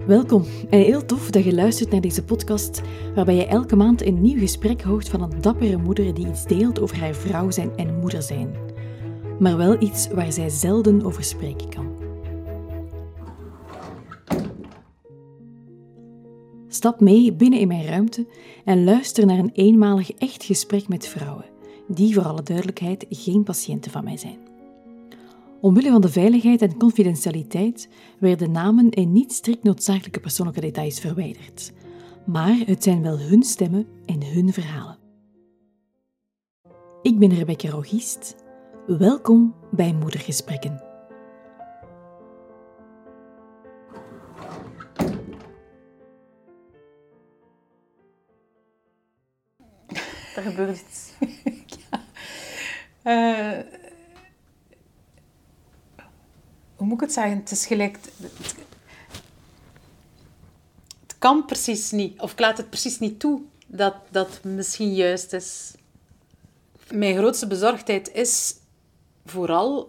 Welkom en heel tof dat je luistert naar deze podcast waarbij je elke maand een nieuw gesprek hoort van een dappere moeder die iets deelt over haar vrouw zijn en moeder zijn. Maar wel iets waar zij zelden over spreken kan. Stap mee binnen in mijn ruimte en luister naar een eenmalig echt gesprek met vrouwen, die voor alle duidelijkheid geen patiënten van mij zijn. Omwille van de veiligheid en confidentialiteit werden namen en niet strikt noodzakelijke persoonlijke details verwijderd. Maar het zijn wel hun stemmen en hun verhalen. Ik ben Rebecca Rogist. Welkom bij Moedergesprekken. Er gebeurt iets. Hoe moet ik het zeggen? Het is gelijk... Het kan precies niet. Of ik laat het precies niet toe dat dat misschien juist is. Mijn grootste bezorgdheid is vooral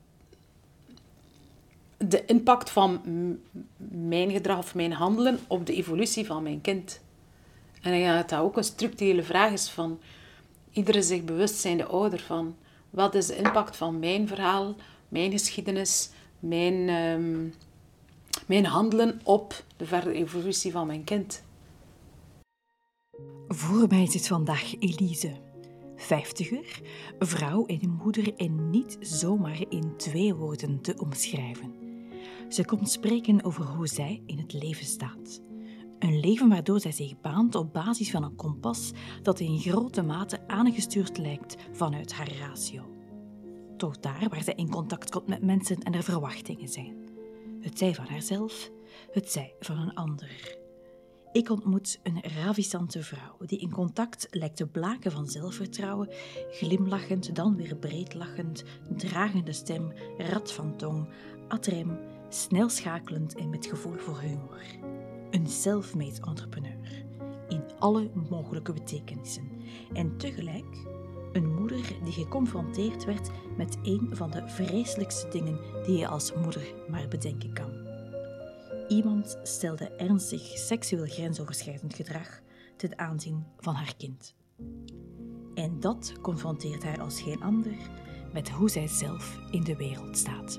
de impact van mijn gedrag of mijn handelen op de evolutie van mijn kind. En ik denk dat dat ook een structurele vraag is van iedere zich bewust zijnde ouder van wat is de impact van mijn verhaal, mijn geschiedenis, mijn handelen op de verdere evolutie van mijn kind. Voor mij zit vandaag Elise, 50er, vrouw en moeder en niet zomaar in 2 woorden te omschrijven. Ze komt spreken over hoe zij in het leven staat. Een leven waardoor zij zich baant op basis van een kompas dat in grote mate aangestuurd lijkt vanuit haar ratio. Toch daar waar zij in contact komt met mensen en er verwachtingen zijn. Het zij van haarzelf, het zij van een ander. Ik ontmoet een ravissante vrouw die in contact lijkt te blaken van zelfvertrouwen, glimlachend, dan weer breedlachend, dragende stem, rad van tong, adrem, snel schakelend en met gevoel voor humor. Een self-made entrepreneur, in alle mogelijke betekenissen. En tegelijk een moeder die geconfronteerd werd met een van de vreselijkste dingen die je als moeder maar bedenken kan. Iemand stelde ernstig seksueel grensoverschrijdend gedrag ten aanzien van haar kind. En dat confronteert haar als geen ander met hoe zij zelf in de wereld staat.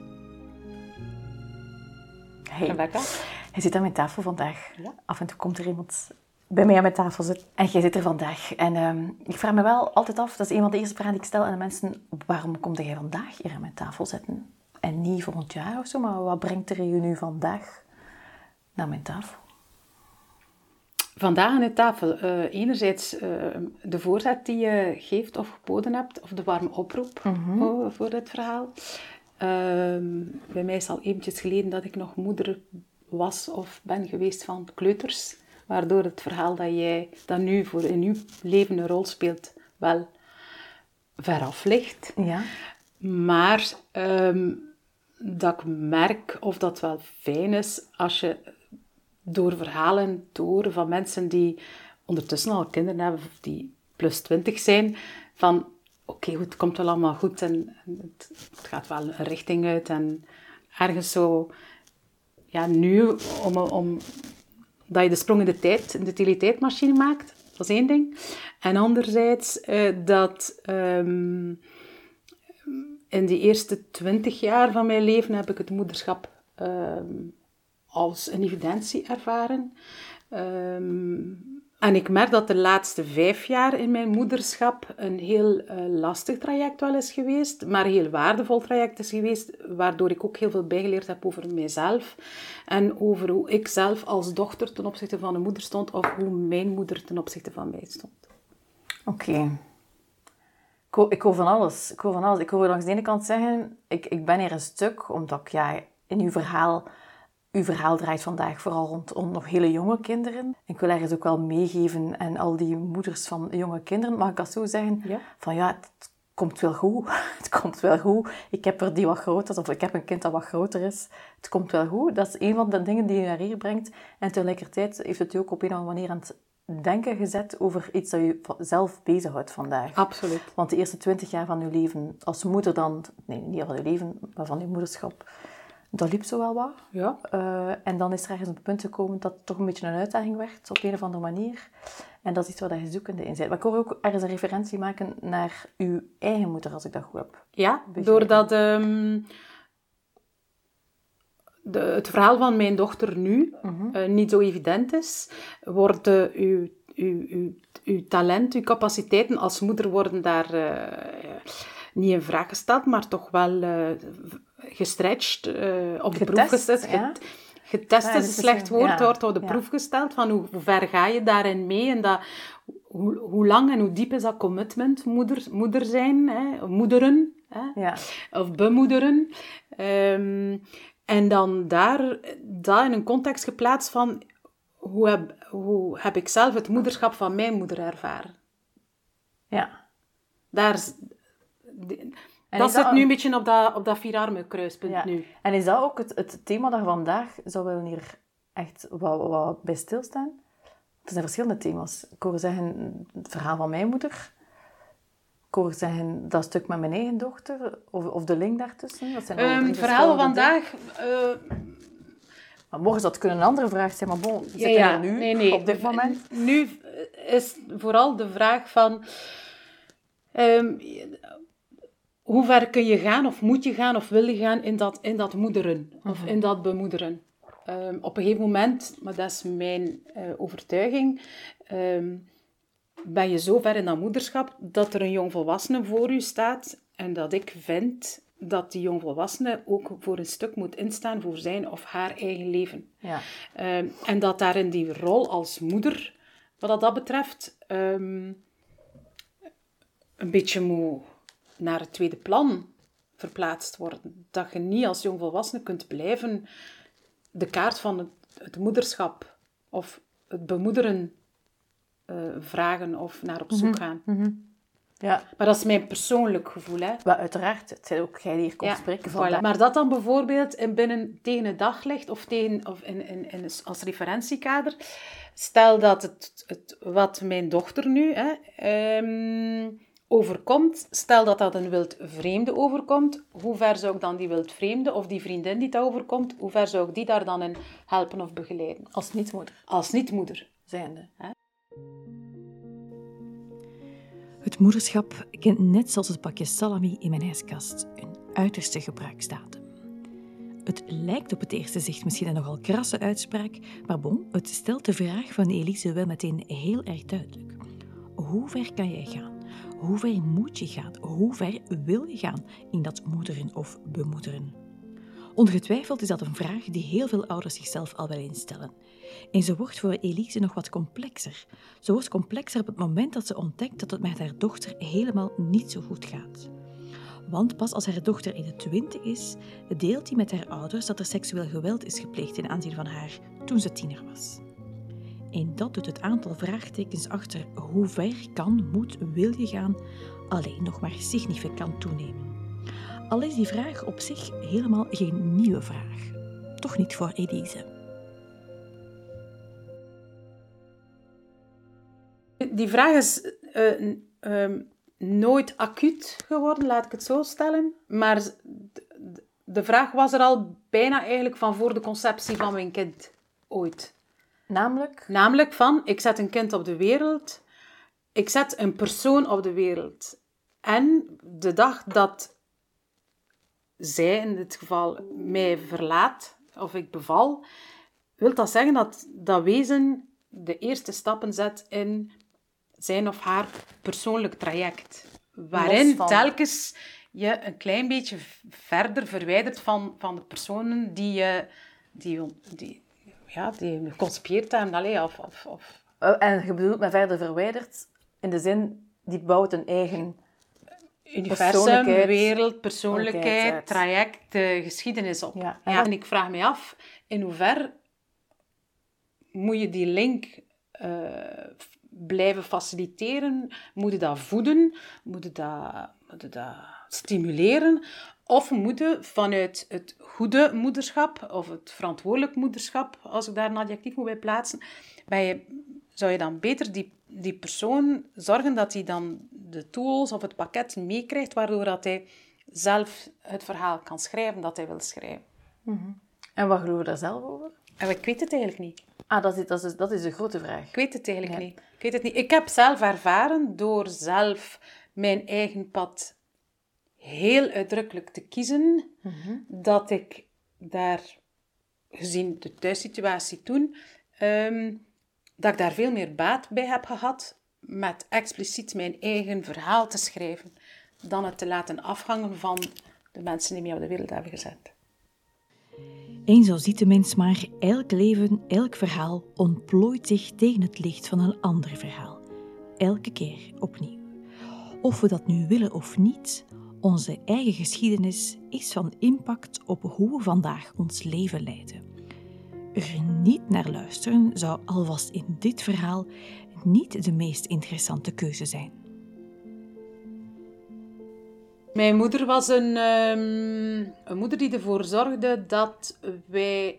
Hey, Rebecca. Je zit aan mijn tafel vandaag. Ja. Af en toe komt er iemand bij mij aan mijn tafel zitten. En jij zit er vandaag. En ik vraag me wel altijd af, dat is een van de eerste vragen die ik stel aan de mensen, waarom kom jij vandaag hier aan mijn tafel zitten? En niet volgend jaar of zo, maar wat brengt er je nu vandaag naar mijn tafel? Vandaag aan de tafel. Enerzijds de voorzet die je geeft of geboden hebt, of de warme oproep voor dit verhaal. Bij mij is het al eventjes geleden dat ik nog moeder was of ben geweest van kleuters. Waardoor het verhaal dat nu voor in uw leven een rol speelt, wel veraf ligt. Ja. Maar dat ik merk of dat wel fijn is als je door verhalen te horen van mensen die ondertussen al kinderen hebben, of die plus 20 zijn, van oké, goed, het komt wel allemaal goed en het gaat wel een richting uit. En ergens zo, ja, nu, om dat je de sprong in de tijd, in de utiliteitsmachine maakt, dat is één ding. En anderzijds dat in de eerste 20 jaar van mijn leven heb ik het moederschap als een evidentie ervaren. En ik merk dat de laatste 5 jaar in mijn moederschap een heel lastig traject wel is geweest, maar een heel waardevol traject is geweest, waardoor ik ook heel veel bijgeleerd heb over mijzelf en over hoe ik zelf als dochter ten opzichte van de moeder stond of hoe mijn moeder ten opzichte van mij stond. Oké. Ik hoor van alles. Ik hoor langs de ene kant zeggen, ik ben hier een stuk, omdat ik in uw verhaal draait vandaag vooral rond nog hele jonge kinderen. Ik wil ergens ook wel meegeven en al die moeders van jonge kinderen, mag ik dat zo zeggen? Ja. Van ja, het komt wel goed. Het komt wel goed. Ik heb er die wat groter is, of ik heb een kind dat wat groter is. Het komt wel goed. Dat is een van de dingen die je naar hier brengt. En tegelijkertijd heeft het je ook op een of andere manier aan het denken gezet over iets dat je zelf bezighoudt vandaag. Absoluut. Want de eerste 20 jaar van je leven als moeder dan, nee, niet van je leven, maar van je moederschap, Dat liep zo wel wat. Ja. En dan is er ergens op het punt gekomen dat het toch een beetje een uitdaging werd, op een of andere manier. En dat is iets waar je zoekende in bent. Maar ik hoor ook ergens een referentie maken naar uw eigen moeder, als ik dat goed heb. Ja, doordat het verhaal van mijn dochter nu niet zo evident is, worden uw talent, uw capaciteiten als moeder worden daar niet in vraag gesteld, maar toch wel gestretched, op de proef gesteld. Ja? Getest is een slecht woord, wordt op de proef Ja. gesteld van hoe ver ga je daarin mee en hoe lang en hoe diep is dat commitment, moeder zijn, hè, moederen, hè, Ja. of bemoederen. En dan dat in een context geplaatst van hoe heb ik zelf het moederschap van mijn moeder ervaren. Ja. Dat is zit dat nu een beetje op dat vierarmen kruispunt nu. En is dat ook het thema dat vandaag zou willen hier echt wat bij stilstaan? Er zijn verschillende thema's. Ik hoor zeggen het verhaal van mijn moeder. Ik hoor zeggen dat stuk met mijn eigen dochter. Of de link daartussen. Dat zijn al drie Het verhaal van verschillende vandaag... Maar morgen zou het kunnen een andere vraag zijn. Maar bon, we zitten Ja, hier nu, nee. op dit moment. Nu is vooral de vraag van... hoe ver kun je gaan, of moet je gaan, of wil je gaan in dat moederen, of in dat bemoederen. Op een gegeven moment, maar dat is mijn overtuiging, ben je zo ver in dat moederschap dat er een jongvolwassene voor u staat en dat ik vind dat die jongvolwassene ook voor een stuk moet instaan voor zijn of haar eigen leven. Ja. En dat daarin die rol als moeder, wat dat betreft, een beetje moet naar het tweede plan verplaatst worden. Dat je niet als jongvolwassene kunt blijven de kaart van het moederschap of het bemoederen vragen of naar op zoek gaan. Ja. Maar dat is mijn persoonlijk gevoel. Hè. Maar uiteraard, het zijn ook jij die hier komt spreken van. Voilà. Maar dat dan bijvoorbeeld tegen het daglicht of als referentiekader. Stel dat het wat mijn dochter nu overkomt, stel dat dat een wildvreemde overkomt, hoe ver zou ik dan die wildvreemde of die vriendin die dat overkomt, hoe ver zou ik die daar dan in helpen of begeleiden? Als niet-moeder. Als niet-moeder. Zijnde. Het moederschap kent net zoals het pakje salami in mijn ijskast een uiterste gebruiksdatum. Het lijkt op het eerste zicht misschien een nogal krasse uitspraak, maar bon, het stelt de vraag van Elise wel meteen heel erg duidelijk. Hoe ver kan jij gaan? Hoe ver moet je gaan? Hoe ver wil je gaan in dat moederen of bemoederen? Ongetwijfeld is dat een vraag die heel veel ouders zichzelf al wel eens stellen. En ze wordt voor Elise nog wat complexer. Ze wordt complexer op het moment dat ze ontdekt dat het met haar dochter helemaal niet zo goed gaat. Want pas als haar dochter in de 20 is, deelt hij met haar ouders dat er seksueel geweld is gepleegd ten aanzien van haar toen ze tiener was. En dat doet het aantal vraagtekens achter hoe ver kan, moet, wil je gaan alleen nog maar significant toenemen. Al is die vraag op zich helemaal geen nieuwe vraag. Toch niet voor Elise. Die vraag is nooit acuut geworden, laat ik het zo stellen. Maar de vraag was er al bijna eigenlijk van voor de conceptie van mijn kind ooit. Namelijk van, ik zet een kind op de wereld, ik zet een persoon op de wereld. En de dag dat zij, in dit geval, mij verlaat, of ik beval, wil dat zeggen dat dat wezen de eerste stappen zet in zijn of haar persoonlijk traject. Waarin telkens je een klein beetje verder verwijdert van de personen die geconcipieerd hebben. En je bedoelt met verder verwijderd, in de zin, die bouwt een eigen universum, wereld, persoonlijkheid, traject, geschiedenis op. Ja. En ik vraag me af, in hoeverre moet je die link blijven faciliteren? Moet je dat voeden? Moet je dat stimuleren? Of moet je vanuit het goede moederschap, of het verantwoordelijk moederschap, als ik daar een adjectief moet bij plaatsen, zou je dan beter die persoon zorgen dat hij dan de tools of het pakket meekrijgt, waardoor dat hij zelf het verhaal kan schrijven dat hij wil schrijven. En wat geloven we daar zelf over? En ik weet het eigenlijk niet. Dat is de grote vraag. Ik weet het eigenlijk niet. Ik weet het niet. Ik heb zelf ervaren, door zelf mijn eigen pad heel uitdrukkelijk te kiezen, dat ik daar, gezien de thuissituatie toen, dat ik daar veel meer baat bij heb gehad met expliciet mijn eigen verhaal te schrijven, dan het te laten afhangen van de mensen die mij op de wereld hebben gezet. En zo ziet de mens maar, elk leven, elk verhaal ontplooit zich tegen het licht van een ander verhaal. Elke keer opnieuw. Of we dat nu willen of niet, onze eigen geschiedenis is van impact op hoe we vandaag ons leven leiden. Er niet naar luisteren zou alvast in dit verhaal niet de meest interessante keuze zijn. Mijn moeder was een moeder die ervoor zorgde dat wij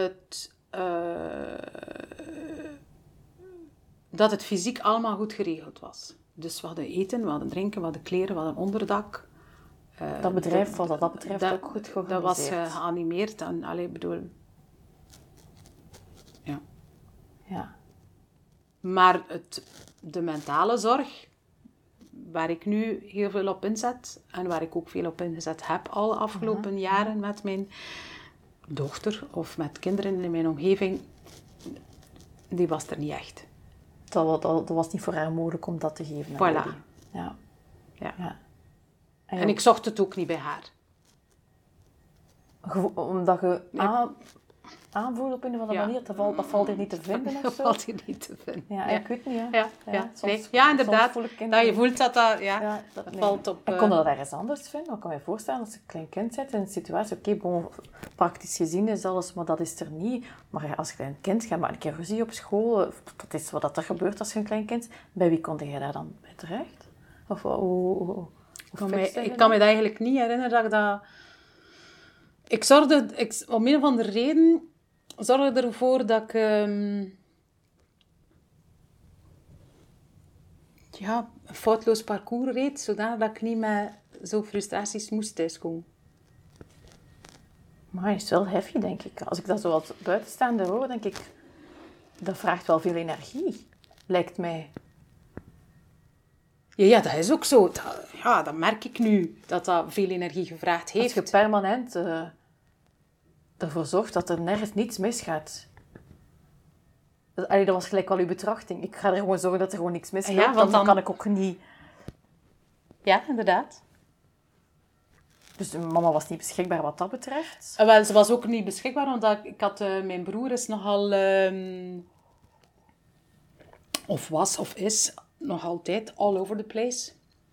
dat het fysiek allemaal goed geregeld was. Dus we hadden eten, we hadden drinken, we hadden kleren, we hadden onderdak. Dat bedrijf was dat betreft ook goed georganiseerd. Dat was geanimeerd en, ja. Ja. Maar de mentale zorg, waar ik nu heel veel op inzet en waar ik ook veel op ingezet heb al de afgelopen jaren met mijn dochter of met kinderen in mijn omgeving, die was er niet echt. Dat was niet voor haar mogelijk om dat te geven. Voilà. Ja. En ik zocht het ook niet bij haar. Omdat je aanvoelt op een of andere manier, dat valt hier niet te vinden of Dat zo? valt hier niet te vinden. Ja, ik weet niet. Hè. Ja, inderdaad. Dat je voelt dat dat valt op... En kon je dat ergens anders vinden? Ik kan me voorstellen, als je een klein kind zit in een situatie, praktisch gezien is alles, maar dat is er niet. Maar als je een kind gaat maar een keer ruzie op school, dat is wat er gebeurt als je een klein kind, bij wie kon je daar dan bij terecht? Of ik kan me dat eigenlijk niet herinneren dat ik dat... Om een of andere reden zorgde ervoor dat ik een foutloos parcours reed, zodat ik niet met zo'n frustraties moest thuiskomen. Maar het is wel heavy, denk ik. Als ik dat zo als buitenstaander hoor, denk ik, dat vraagt wel veel energie, lijkt mij. Ja, dat is ook zo. Dat merk ik nu, dat veel energie gevraagd heeft. Als je permanent ervoor zorgt dat er nergens niets misgaat. Dat was gelijk wel uw betrachting. Ik ga er gewoon zorgen dat er gewoon niks misgaat. Ja, want dan kan ik ook niet... Ja, inderdaad. Dus mama was niet beschikbaar wat dat betreft? Wel, ze was ook niet beschikbaar, want ik had... mijn broer is nogal... of was, of is... nog altijd all over the place.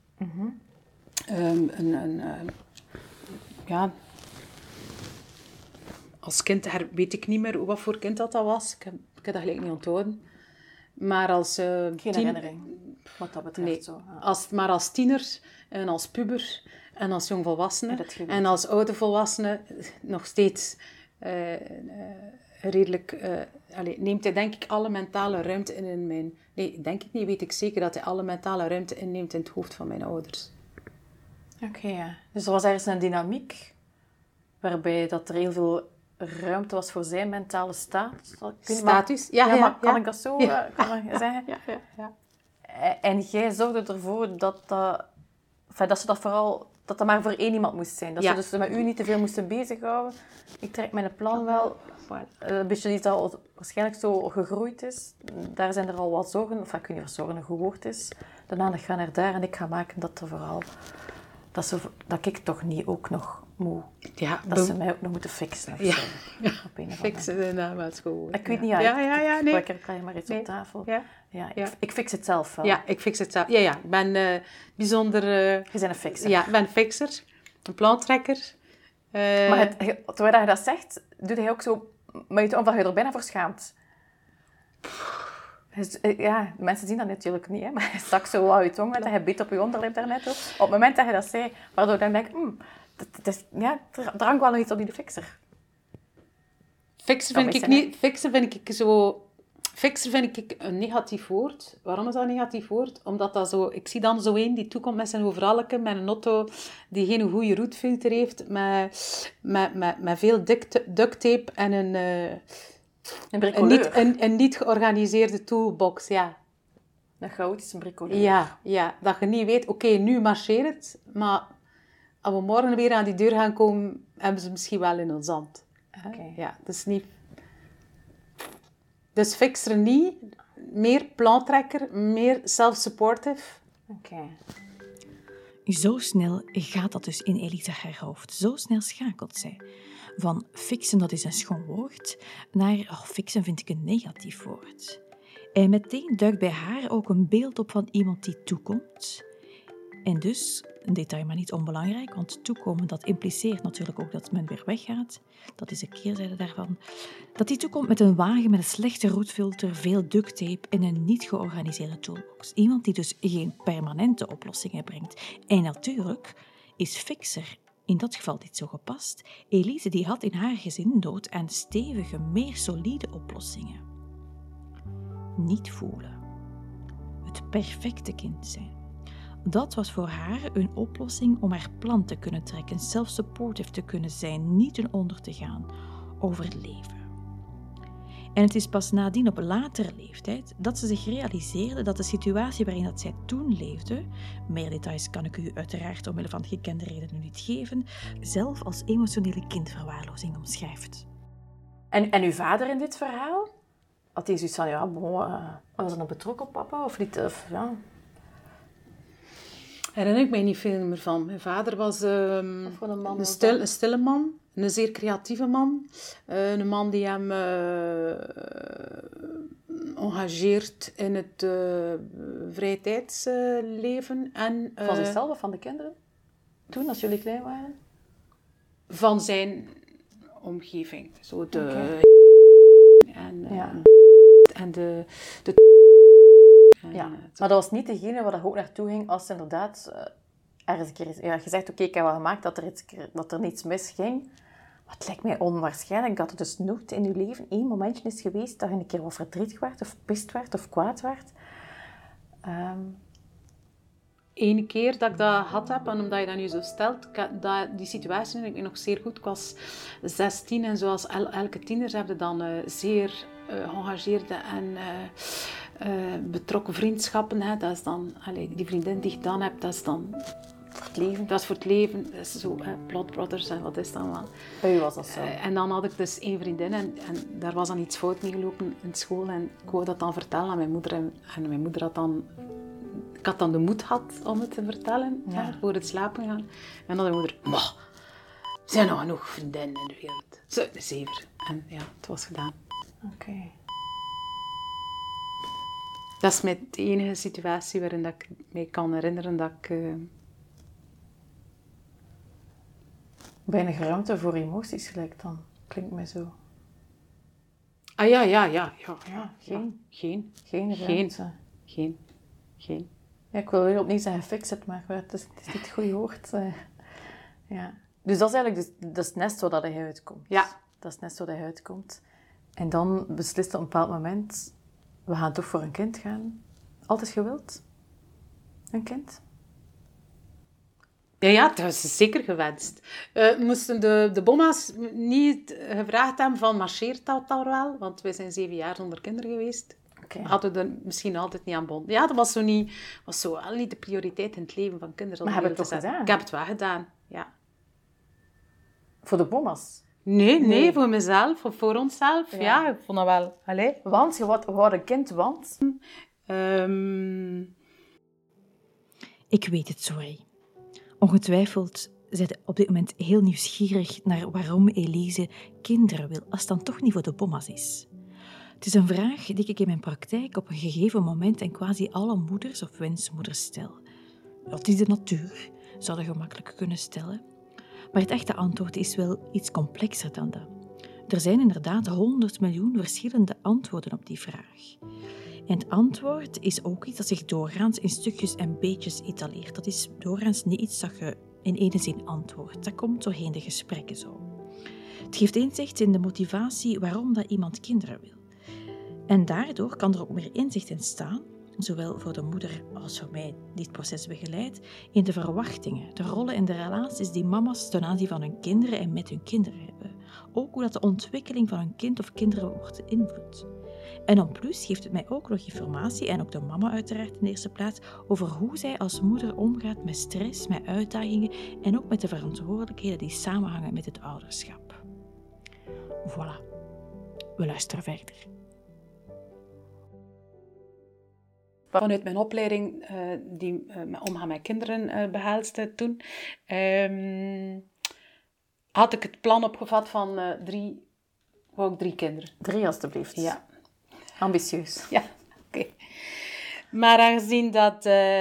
Als kind weet ik niet meer wat voor kind dat was. Ik heb dat gelijk niet onthouden. Maar als Geen herinnering, wat dat betreft. Nee, zo. Ja. Maar als tiener en als puber en als jongvolwassene en als oude volwassene nog steeds redelijk... neemt hij denk ik alle mentale ruimte in mijn... Nee, denk ik niet. Weet ik zeker dat hij alle mentale ruimte inneemt in het hoofd van mijn ouders. Oké, ja. Dus er was ergens een dynamiek waarbij dat er heel veel ruimte was voor zijn mentale Status? Kan ik dat zo zeggen? Ja. En jij zorgde ervoor dat ze dat vooral... Dat dat maar voor één iemand moest zijn. Dat ze dus met u niet te veel moesten bezighouden. Ik trek mijn plan wel. Een beetje iets dat waarschijnlijk zo gegroeid is. Daar zijn er al wat zorgen. Of ik weet niet of zorgen een goed woord is. De aandacht gaat naar daar. En ik ga maken dat er vooral... Dat ik toch niet ook nog moet... Ja, dat ze mij ook nog moeten fixen. Of zo. Fixen de naam uit school. Ik weet niet. Nee. Ik krijg maar iets op tafel. Ja. Ik fix het zelf wel. Ja, ik fix het zelf. Ja. Ik ben bijzonder... Je bent een fixer. Ja, ik ben een fixer. Een plantrekker. Maar terwijl je dat zegt, doe je ook zo... Maar omdat je er bijna voor schaamt. Ja, de mensen zien dat natuurlijk niet, hè. Maar je stak zo uit je tong uit en je beet op je onderlip daarnet ook. Op het moment dat je dat zei, waardoor ik dan denk... er hangt wel nog iets op die fixer. Fixen vind ik zo... Fixer vind ik een negatief woord. Waarom is dat een negatief woord? Omdat dat zo... Ik zie dan zo een die toekomt met zijn overalleke, met een auto die geen goede roetfilter heeft, met veel duct tape en een niet georganiseerde toolbox. Ja. Een chaotische bricoleur. Ja, dat je niet weet, oké, nu marcheert het, maar als we morgen weer aan die deur gaan komen, hebben ze misschien wel in ons zand. Okay. Ja, dus niet... Dus fixer niet, meer plantrekker, meer self-supportive. Oké. Zo snel gaat dat dus in Elisa haar hoofd. Zo snel schakelt zij. Van fixen, dat is een schoon woord, naar fixen vind ik een negatief woord. En meteen duikt bij haar ook een beeld op van iemand die toekomt. En dus, een detail maar niet onbelangrijk, want toekomen, dat impliceert natuurlijk ook dat men weer weggaat. Dat is de keerzijde daarvan. Dat die toekomt met een wagen met een slechte roetfilter, veel duct tape en een niet georganiseerde toolbox. Iemand die dus geen permanente oplossingen brengt. En natuurlijk is fixer in dat geval niet zo gepast. Elise die had in haar gezin nood aan stevige, meer solide oplossingen. Niet voelen. Het perfecte kind zijn. Dat was voor haar een oplossing om haar plan te kunnen trekken, self-supportive te kunnen zijn, niet ten onder te gaan, overleven. En het is pas nadien op latere leeftijd dat ze zich realiseerde dat de situatie waarin dat zij toen leefde, meer details kan ik u uiteraard omwille van gekende redenen niet geven, zelf als emotionele kindverwaarlozing omschrijft. En uw vader in dit verhaal? Had hij zoiets van, ja, was er een betrokken papa of niet? Of, ja... Herinner ik mij niet veel meer van. Mijn vader was een stille man, een zeer creatieve man. Een man die hem engageert in het vrije tijdsleven. Van zichzelf of van de kinderen? Toen, als jullie klein waren? Van zijn omgeving. Zo de... En de ja, maar dat was niet degene waar je ook naartoe ging als inderdaad ergens een keer... Ja, je zegt, oké, ik heb wel gemaakt dat er niets misging. Maar het lijkt mij onwaarschijnlijk dat er dus nooit in je leven één momentje is geweest dat je een keer wat verdrietig werd, of pist werd, of kwaad werd. Eén keer dat ik dat gehad heb, en omdat je dat nu zo stelt, die situatie vind ik nog zeer goed. Ik was 16 en zoals elke tieners heb je dan zeer geëngageerde en betrokken vriendschappen. Hè. Dat is dan, die vriendin die je dan hebt, dat is dan voor het leven. Dat is voor het leven. Dat is zo, Blood Brothers en wat is dat allemaal. Bij u was dat zo. En dan had ik dus één vriendin en daar was dan iets fout mee gelopen in school. En ik wou dat dan vertellen aan mijn moeder. En mijn moeder had dan... Ik had dan de moed gehad om het te vertellen, voor het slapen gaan. En dan had mijn moeder... er zijn nog genoeg vriendinnen in de wereld. Zo, een zever. En ja, het was gedaan. Oké. Dat is de enige situatie waarin dat ik me kan herinneren dat ik... Weinig ruimte voor emoties gelijk dan. Klinkt mij zo. Ah ja. Geen ruimte. Geen. Ja, ik wil weer opnieuw zeggen fix it, maar het is niet het goede woord. Ja. Dus dat is eigenlijk dat is het nest waar dat hij uitkomt. Ja. Dat is het nest waar hij uitkomt. En dan beslist op een bepaald moment, we gaan toch voor een kind gaan. Altijd gewild? Een kind? Ja, dat is zeker gewenst. Moesten de bomma's niet gevraagd hebben van marcheert dat al wel? Want wij zijn 7 jaar zonder kinderen geweest. Okay. Hadden we er misschien altijd niet aan bonden. Ja, dat was zo niet de prioriteit in het leven van kinderen. Maar heb je het toch gedaan? Ik heb het wel gedaan, ja. Voor de bomma's? Nee, voor mezelf of voor onszelf. Ja, ik vond dat wel. Allee. Want? Je wou een kind, want? Ik weet het, sorry. Ongetwijfeld zijn ze op dit moment heel nieuwsgierig naar waarom Elise kinderen wil, als het dan toch niet voor de bomma's is. Het is een vraag die ik in mijn praktijk op een gegeven moment aan quasi alle moeders of wensmoeders stel. Dat is de natuur, zouden gemakkelijk kunnen stellen. Maar het echte antwoord is wel iets complexer dan dat. Er zijn inderdaad 100 miljoen verschillende antwoorden op die vraag. En het antwoord is ook iets dat zich doorgaans in stukjes en beetjes etaleert. Dat is doorgaans niet iets dat je in één zin antwoordt. Dat komt doorheen de gesprekken zo. Het geeft inzicht in de motivatie waarom dat iemand kinderen wil. En daardoor kan er ook meer inzicht ontstaan, zowel voor de moeder als voor mij die het proces begeleidt, in de verwachtingen, de rollen en de relaties die mama's ten aanzien van hun kinderen en met hun kinderen hebben. Ook hoe dat de ontwikkeling van hun kind of kinderen wordt beïnvloed. En dan plus geeft het mij ook nog informatie, en ook de mama uiteraard in de eerste plaats, over hoe zij als moeder omgaat met stress, met uitdagingen en ook met de verantwoordelijkheden die samenhangen met het ouderschap. Voilà, we luisteren verder. Vanuit mijn opleiding, die omgaan met kinderen behelste toen, had ik het plan opgevat van 3 kinderen. 3 alstublieft. Ja. Ambitieus. Ja, oké. Maar aangezien dat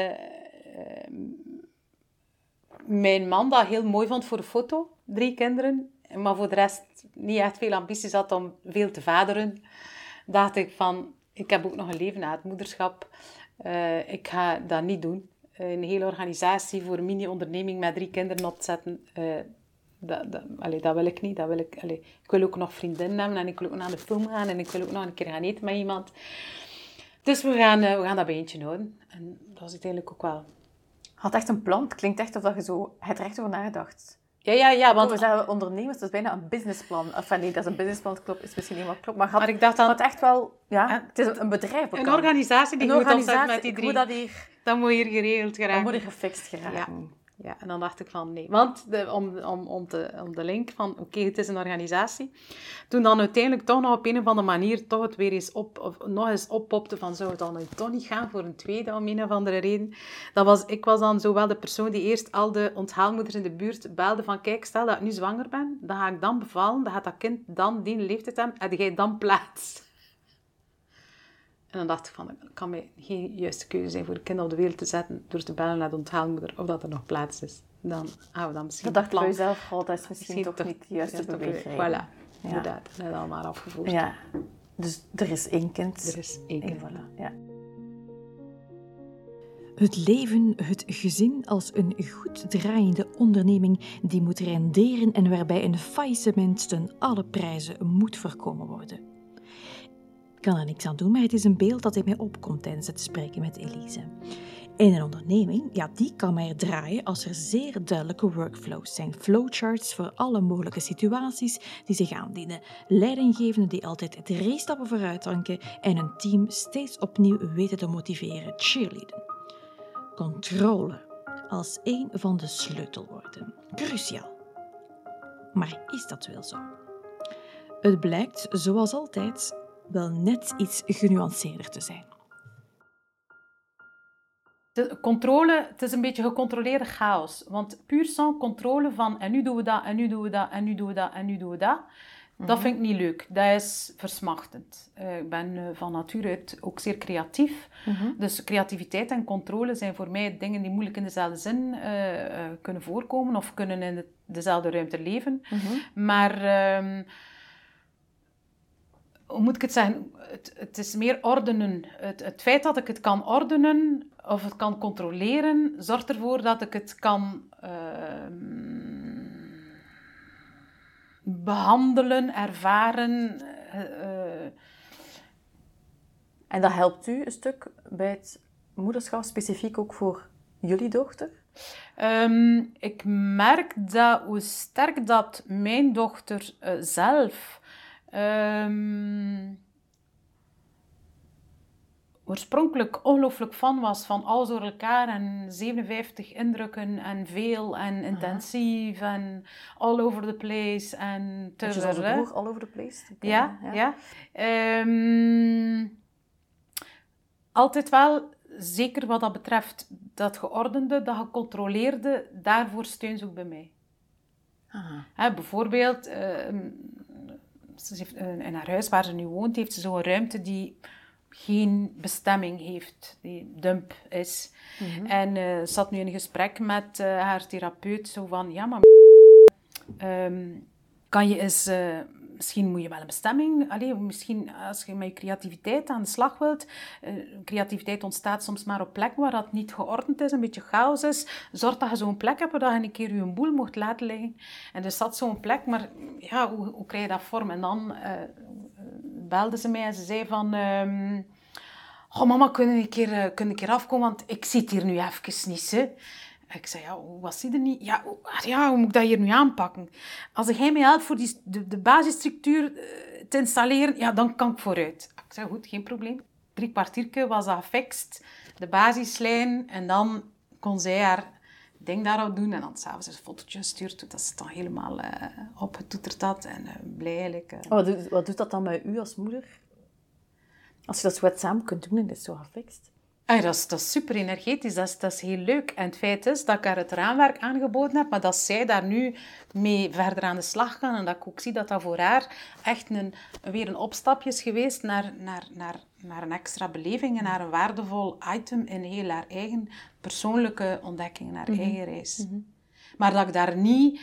mijn man dat heel mooi vond voor de foto, 3 kinderen, maar voor de rest niet echt veel ambities had om veel te vaderen, dacht ik van, ik heb ook nog een leven na het moederschap. Ik ga dat niet doen. Een hele organisatie voor een mini-onderneming met 3 kinderen opzetten, dat wil ik niet. Ik wil ook nog vriendinnen hebben en ik wil ook naar de film gaan en ik wil ook nog een keer gaan eten met iemand. Dus we gaan dat bij eentje houden. En dat is uiteindelijk ook wel... Had echt een plan. Het klinkt echt of dat je zo het recht over nagedacht. Ja, want... We zeggen ondernemers, dat is bijna een businessplan. Enfin, nee, dat is een businessplan, klopt, is misschien niet wat klopt. Maar ik dacht dan... had echt wel... Ja, het is een bedrijf. Een organisatie die moet opzetten met die 3. Dat moet hier geregeld geraken. Dat moet hier gefixt geraken. Ja, en dan dacht ik van nee. Want om de link van oké, het is een organisatie. Toen dan uiteindelijk toch nog op een of andere manier toch het weer eens nog eens oppopte van zou het dan nu toch niet gaan voor een tweede om een of andere reden. Ik was dan zowel de persoon die eerst al de onthaalmoeders in de buurt belde van kijk, stel dat ik nu zwanger ben, dan ga ik dan bevallen, dan gaat dat kind dan die leeftijd hebben, heb jij dan plaats? En dan dacht ik van, het kan mij geen juiste keuze zijn voor een kind op de wereld te zetten door te bellen naar de onthaalmoeder of dat er nog plaats is. Dan gaan we dan misschien... Dat dacht ik bij jezelf, dat is misschien toch niet de juiste beweegreden. Voilà, inderdaad. Dat is allemaal afgevoerd. Ja, dus er is 1 kind. Er is 1 kind. Voilà. Ja. Het leven, het gezin als een goed draaiende onderneming die moet renderen en waarbij een faillissement ten alle prijzen moet voorkomen worden. Ik kan er niks aan doen, maar het is een beeld dat in mij opkomt tijdens het spreken met Elise. En een onderneming, ja, die kan maar draaien als er zeer duidelijke workflows zijn. Flowcharts voor alle mogelijke situaties die zich aandienen. Leidinggevenden die altijd 3 stappen vooruit ranken en een team steeds opnieuw weten te motiveren. Cheerleaden. Controle als een van de sleutelwoorden. Cruciaal. Maar is dat wel zo? Het blijkt, zoals altijd, wel net iets genuanceerder te zijn. De controle, het is een beetje gecontroleerde chaos. Want puur sans controle van en nu doen we dat, en nu doen we dat, en nu doen we dat, en nu doen we dat. Dat vind ik niet leuk. Dat is versmachtend. Ik ben van nature uit ook zeer creatief. Dus creativiteit en controle zijn voor mij dingen die moeilijk in dezelfde zin kunnen voorkomen of kunnen in dezelfde ruimte leven. Maar... hoe moet ik het zeggen? Het is meer ordenen. Het feit dat ik het kan ordenen of het kan controleren, zorgt ervoor dat ik het kan behandelen, ervaren. En dat helpt u een stuk bij het moederschap, specifiek ook voor jullie dochter? Ik merk dat hoe sterk dat mijn dochter zelf... oorspronkelijk ongelooflijk fan was van alles door elkaar en 57 indrukken en veel en intensief en all over the place en Dus zoals een broer, all over the place? Ja. Altijd wel, zeker wat dat betreft, dat geordende, dat gecontroleerde, daarvoor steun ze ook bij mij. Bijvoorbeeld... Ze heeft in haar huis waar ze nu woont, heeft ze zo'n ruimte die geen bestemming heeft, die dump is. En ze zat nu in een gesprek met haar therapeut, zo van, ja, maar kan je eens... misschien moet je wel een bestemming... misschien als je met je creativiteit aan de slag wilt... creativiteit ontstaat soms maar op plekken waar dat niet geordend is, een beetje chaos is. Zorg dat je zo'n plek hebt waar je een keer je boel mocht laten liggen. En dus zat zo'n plek, maar ja, hoe krijg je dat vorm? En dan belde ze mij en ze zei van... oh mama, kun je een keer afkomen, want ik zit hier nu even niet, hè. Ik zei, ja, wat zie je er niet? Ja, hoe moet ik dat hier nu aanpakken? Als jij mij helpt voor de basisstructuur te installeren, ja, dan kan ik vooruit. Ik zei, goed, geen probleem. 3 kwartiertje was dat gefixt, de basislijn, en dan kon zij haar ding daarop doen. En dan s'avonds een fotootje gestuurd, dat ze dan helemaal opgetoeterd had en blij eigenlijk. Wat doet dat dan met u als moeder? Als je dat zo wat samen kunt doen en dat is zo gefixt. Dat is super energetisch, dat is heel leuk. En het feit is dat ik haar het raamwerk aangeboden heb, maar dat zij daar nu mee verder aan de slag kan. En dat ik ook zie dat dat voor haar echt weer een opstapje is geweest naar een extra beleving en naar een waardevol item in heel haar eigen persoonlijke ontdekking, in haar eigen reis. Mm-hmm. Maar dat ik daar niet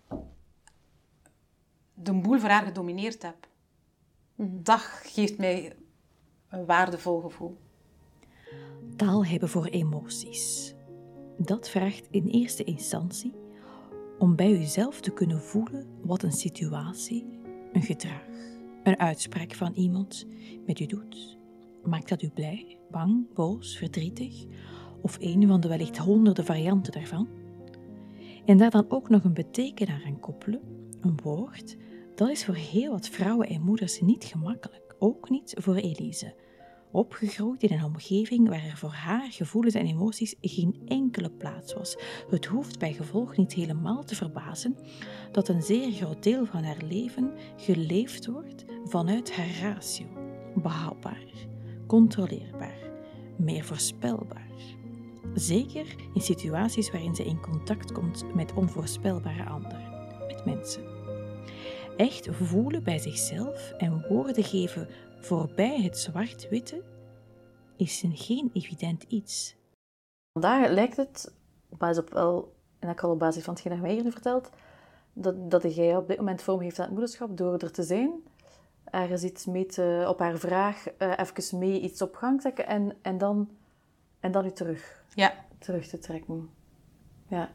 de boel voor haar gedomineerd heb. Mm-hmm. Dat geeft mij een waardevol gevoel. Taal hebben voor emoties. Dat vraagt in eerste instantie om bij jezelf te kunnen voelen wat een situatie, een gedrag, een uitspraak van iemand met u doet. Maakt dat u blij, bang, boos, verdrietig of een van de wellicht honderden varianten daarvan? En daar dan ook nog een betekenis aan koppelen, een woord, dat is voor heel wat vrouwen en moeders niet gemakkelijk, ook niet voor Elise. Opgegroeid in een omgeving waar er voor haar gevoelens en emoties geen enkele plaats was. Het hoeft bij gevolg niet helemaal te verbazen dat een zeer groot deel van haar leven geleefd wordt vanuit haar ratio. Behapbaar, controleerbaar, meer voorspelbaar. Zeker in situaties waarin ze in contact komt met onvoorspelbare anderen, met mensen. Echt voelen bij zichzelf en woorden geven voorbij het zwart-witte is geen evident iets. Vandaag lijkt het, en ik al op basis van hetgeen dat je mij eerder vertelt, dat jij op dit moment vormgeeft aan het moederschap door er te zijn, ergens iets mee op haar vraag even mee iets op gang zetten en dan u terug te trekken. Ja.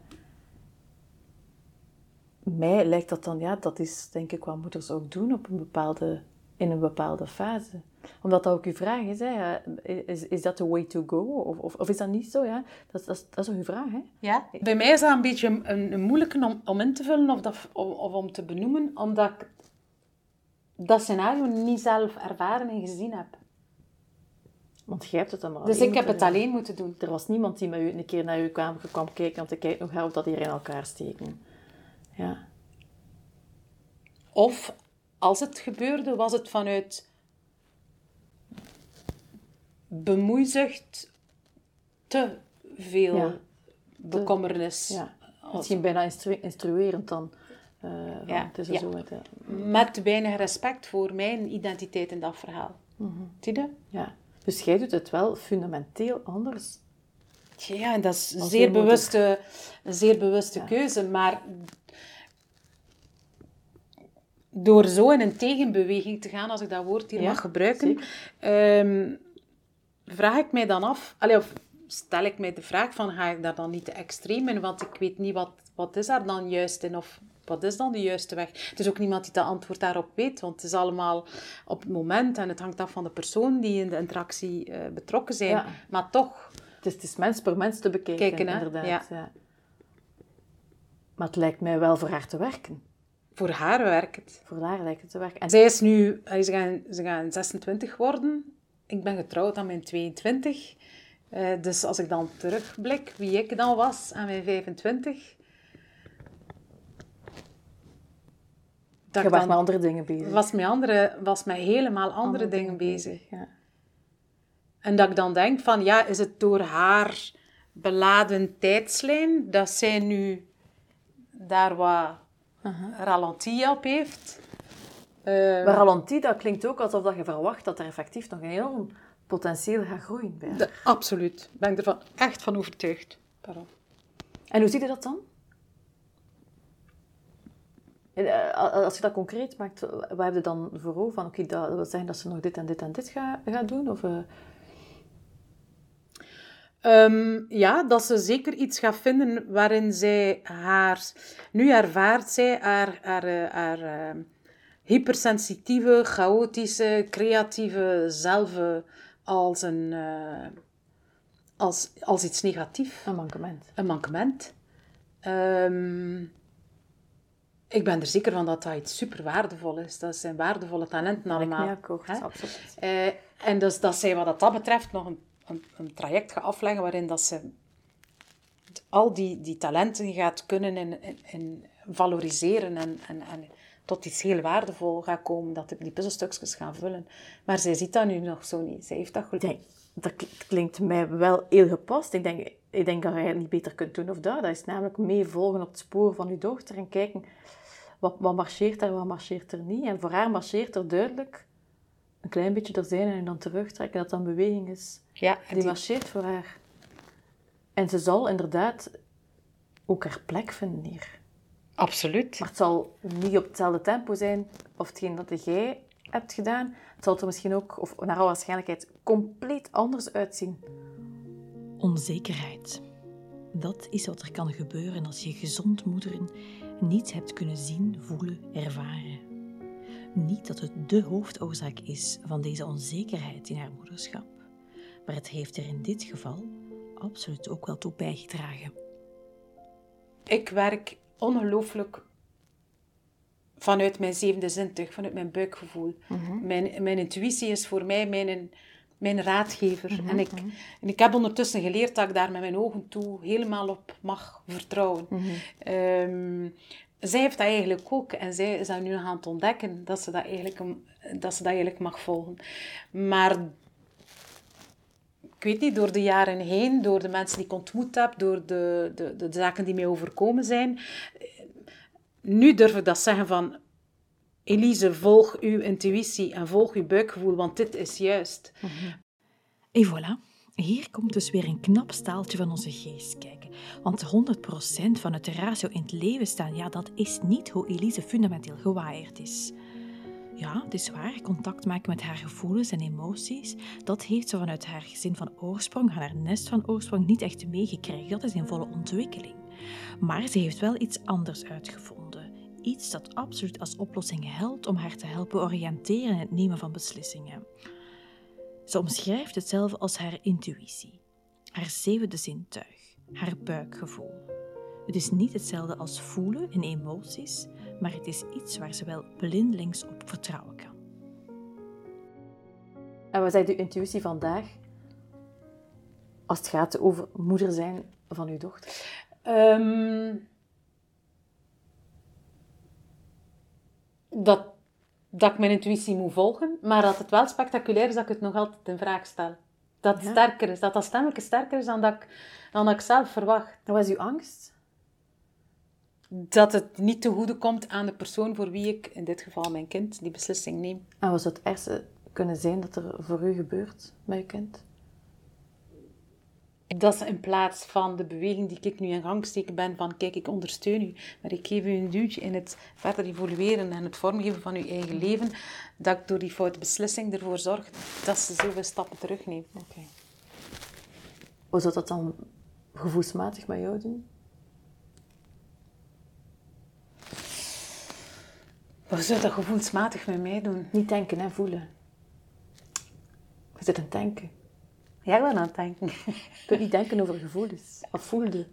Mij lijkt dat dan, ja, dat is denk ik wat moeders ook doen in een bepaalde fase. Omdat dat ook uw vraag is, hè. Is dat the way to go? Of is dat niet zo? Ja? Dat is ook uw vraag, hè? Ja. Bij mij is dat een beetje een moeilijke om in te vullen of om te benoemen, omdat ik dat scenario niet zelf ervaren en gezien heb. Want jij hebt het dan maar Dus ik heb het alleen moeten doen. Er was niemand die met u een keer naar u kwam kijken om te kijken hoe dat hier in elkaar steken. Ja. Of, als het gebeurde, was het vanuit bemoeizucht te veel bekommernis. Ja. Misschien bijna instruerend dan. Het is zo met weinig respect voor mijn identiteit in dat verhaal. Mm-hmm. Zie je? Ja. Dus jij doet het wel fundamenteel anders. Ja, en dat is een zeer bewuste keuze. Maar door zo in een tegenbeweging te gaan, als ik dat woord hier mag gebruiken, vraag ik mij dan af, of stel ik mij de vraag van, ga ik daar dan niet te extreem in? Want ik weet niet wat is daar dan juist in, of wat is dan de juiste weg? Het is ook niemand die dat antwoord daarop weet, want het is allemaal op het moment en het hangt af van de persoon die in de interactie betrokken zijn. Ja. Maar toch... Het is mens per mens te bekijken, inderdaad. Ja. Maar het lijkt mij wel voor haar te werken. Voor haar werkt het. Voor haar lijkt het te werken. En zij is nu... Ze gaan 26 worden. Ik ben getrouwd aan mijn 22. Dus als ik dan terugblik wie ik dan was aan mijn 25... Je was met andere dingen bezig. Was met helemaal andere dingen bezig. Ja. En dat ik dan denk van, ja, is het door haar beladen tijdslijn dat zij nu daar wat ralentie op heeft? Maar ralentie, dat klinkt ook alsof dat je verwacht dat er effectief nog een enorm potentieel gaat groeien bij haar. Absoluut. Ben ik er echt van overtuigd. Pardon. En hoe zie je dat dan? Als je dat concreet maakt, wat heb je dan voor ogen? Van, oké, dat wil zeggen dat ze nog dit en dit en dit gaat doen? Of... Ja, dat ze zeker iets gaat vinden waarin zij nu ervaart zij haar hypersensitieve, chaotische, creatieve zelf als iets negatiefs. Een mankement. Een mankement. Ik ben er zeker van dat dat iets super waardevol is. Dat zijn waardevolle talenten allemaal. Ik ook, absoluut. En dus dat zij wat dat betreft nog een traject gaat afleggen waarin dat ze al die talenten gaat kunnen in valoriseren en tot iets heel waardevol gaat komen, dat die puzzelstukjes gaan vullen. Maar zij ziet dat nu nog zo niet. Zij heeft dat goed. Dat klinkt mij wel heel gepast. Ik denk dat je het niet beter kunt doen of dat. Dat is namelijk meevolgen op het spoor van je dochter en kijken wat marcheert er, wat marcheert er niet. En voor haar marcheert er duidelijk een klein beetje er zijn en dan terugtrekken, dat dat een beweging is. Ja, die marcheert voor haar. En ze zal inderdaad ook haar plek vinden hier. Absoluut. Maar het zal niet op hetzelfde tempo zijn of hetgeen dat jij hebt gedaan. Het zal er misschien ook, of naar alle waarschijnlijkheid, compleet anders uitzien. Onzekerheid. Dat is wat er kan gebeuren als je gezond moederen niet hebt kunnen zien, voelen, ervaren. Niet dat het de hoofdoorzaak is van deze onzekerheid in haar moederschap, maar het heeft er in dit geval absoluut ook wel toe bijgedragen. Ik werk ongelooflijk vanuit mijn zevende zintuig, vanuit mijn buikgevoel. Mm-hmm. Mijn intuïtie is voor mij mijn raadgever. Mm-hmm. En ik heb ondertussen geleerd dat ik daar met mijn ogen toe helemaal op mag vertrouwen. Mm-hmm. Zij heeft dat eigenlijk ook. En zij is dat nu nog aan het ontdekken, dat ze dat eigenlijk mag volgen. Maar ik weet niet, door de jaren heen, door de mensen die ik ontmoet heb, door de zaken die mij overkomen zijn, nu durf ik dat zeggen van, Elise, volg uw intuïtie en volg uw buikgevoel, want dit is juist. Mm-hmm. En voilà, hier komt dus weer een knap staaltje van onze geest kijken. Want 100% vanuit de ratio in het leven staan, ja, dat is niet hoe Elise fundamenteel gewired is. Ja, het is waar, contact maken met haar gevoelens en emoties, dat heeft ze vanuit haar gezin van oorsprong, haar nest van oorsprong, niet echt meegekregen. Dat is in volle ontwikkeling. Maar ze heeft wel iets anders uitgevonden. Iets dat absoluut als oplossing helpt om haar te helpen oriënteren in het nemen van beslissingen. Ze omschrijft het zelf als haar intuïtie, haar zevende zintuig, haar buikgevoel. Het is niet hetzelfde als voelen en emoties, maar het is iets waar ze wel blindelings op vertrouwen kan. En wat is uw intuïtie vandaag als het gaat over moeder zijn van uw dochter? Dat ik mijn intuïtie moet volgen, maar dat het wel spectaculair is dat ik het nog altijd in vraag stel. Dat het sterker is, dat stemmetje sterker is dan dat ik zelf verwacht. Wat is uw angst? Dat het niet te goede komt aan de persoon voor wie ik, in dit geval mijn kind, die beslissing neem. En wat zou het ergste kunnen zijn dat er voor u gebeurt met uw kind? Dat is in plaats van de beweging die ik nu in gang steken ben van, kijk, ik ondersteun u, maar ik geef u een duwtje in het verder evolueren en het vormgeven van uw eigen leven, dat ik door die foute beslissing ervoor zorg dat ze zoveel stappen terugneemt. Okay. Hoe zou dat dan gevoelsmatig met jou doen? Wat zou dat gevoelsmatig met mij doen? Niet denken, hè, voelen. Je zit aan het denken. Ja, ik ben aan het denken. Je kunt niet denken over gevoelens. Wat voelde?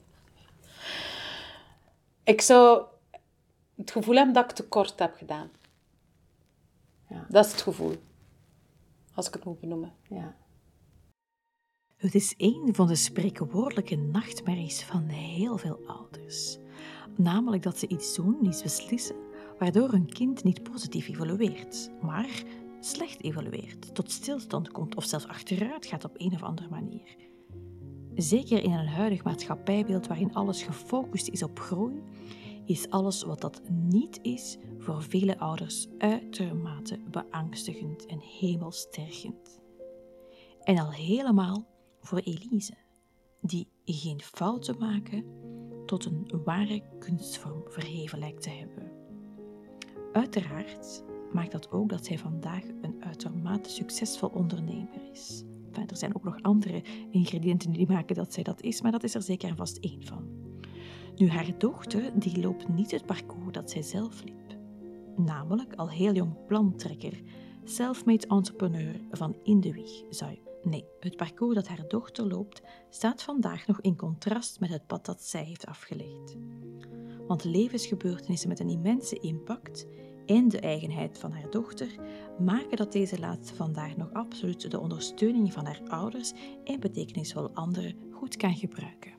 Ik zou het gevoel hebben dat ik tekort heb gedaan. Ja. Dat is het gevoel. Als ik het moet benoemen. Ja. Het is een van de spreekwoordelijke nachtmerries van heel veel ouders. Namelijk dat ze iets doen, iets beslissen, waardoor hun kind niet positief evolueert, maar slecht evolueert, tot stilstand komt of zelfs achteruit gaat op een of andere manier. Zeker in een huidig maatschappijbeeld waarin alles gefocust is op groei, is alles wat dat niet is voor vele ouders uitermate beangstigend en hemelstergend. En al helemaal voor Elise, die geen fouten maken tot een ware kunstvorm verheven lijkt te hebben. Uiteraard maakt dat ook dat zij vandaag een uitermate succesvol ondernemer is. Enfin, er zijn ook nog andere ingrediënten die maken dat zij dat is, maar dat is er zeker en vast één van. Nu, haar dochter die loopt niet het parcours dat zij zelf liep. namelijk al heel jong plantrekker, self-made entrepreneur van in de wieg, Nee, het parcours dat haar dochter loopt, staat vandaag nog in contrast met het pad dat zij heeft afgelegd. Want levensgebeurtenissen met een immense impact en de eigenheid van haar dochter maken dat deze laatste vandaag nog absoluut de ondersteuning van haar ouders en betekenisvol anderen goed kan gebruiken.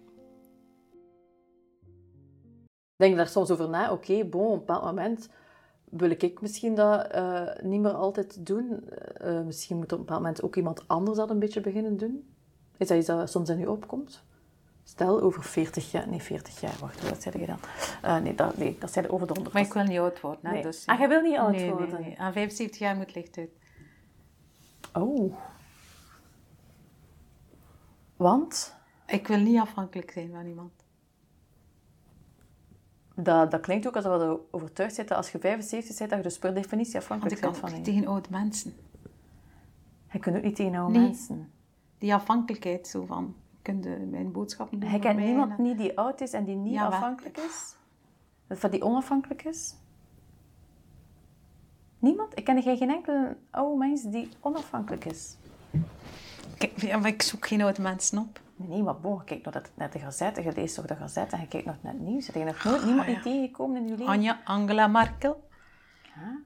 Ik denk daar soms over na. Oké, bon, op een bepaald moment wil ik misschien dat niet meer altijd doen. Misschien moet op een bepaald moment ook iemand anders dat een beetje beginnen doen. Is dat iets dat soms in je opkomt? Stel, over 40 jaar... Nee, 40 jaar, wacht, wat zei je dan? Nee, dat zei je over de 100. Maar ik wil niet oud worden. Hè, Nee. dus, jij wil niet oud nee, worden? Nee. Aan 75 jaar moet het licht uit. Oh. Want? Ik wil niet afhankelijk zijn van iemand. Dat klinkt ook alsof je overtuigd bent dat als je 75 bent, dat je dus per definitie Want afhankelijk ik bent kan van ook iemand. niet tegen oude mensen. Je kunt ook niet tegen oude Nee. mensen. Die afhankelijkheid zo van... Kun je mijn boodschappen doen Je voor kent mij niemand en- niet die oud is en die niet Ja, wel. afhankelijk is? Van die onafhankelijk is? Niemand? Ik ken geen enkele oude mens die onafhankelijk is. Maar ik zoek geen oude mensen op. Nee, maar bon, je kijkt nog naar de gazette, je leest toch de gazette en je kijkt nog naar het nieuws. Heb je nog nooit niemand niet tegengekomen in je leven? Angela Merkel. Ja.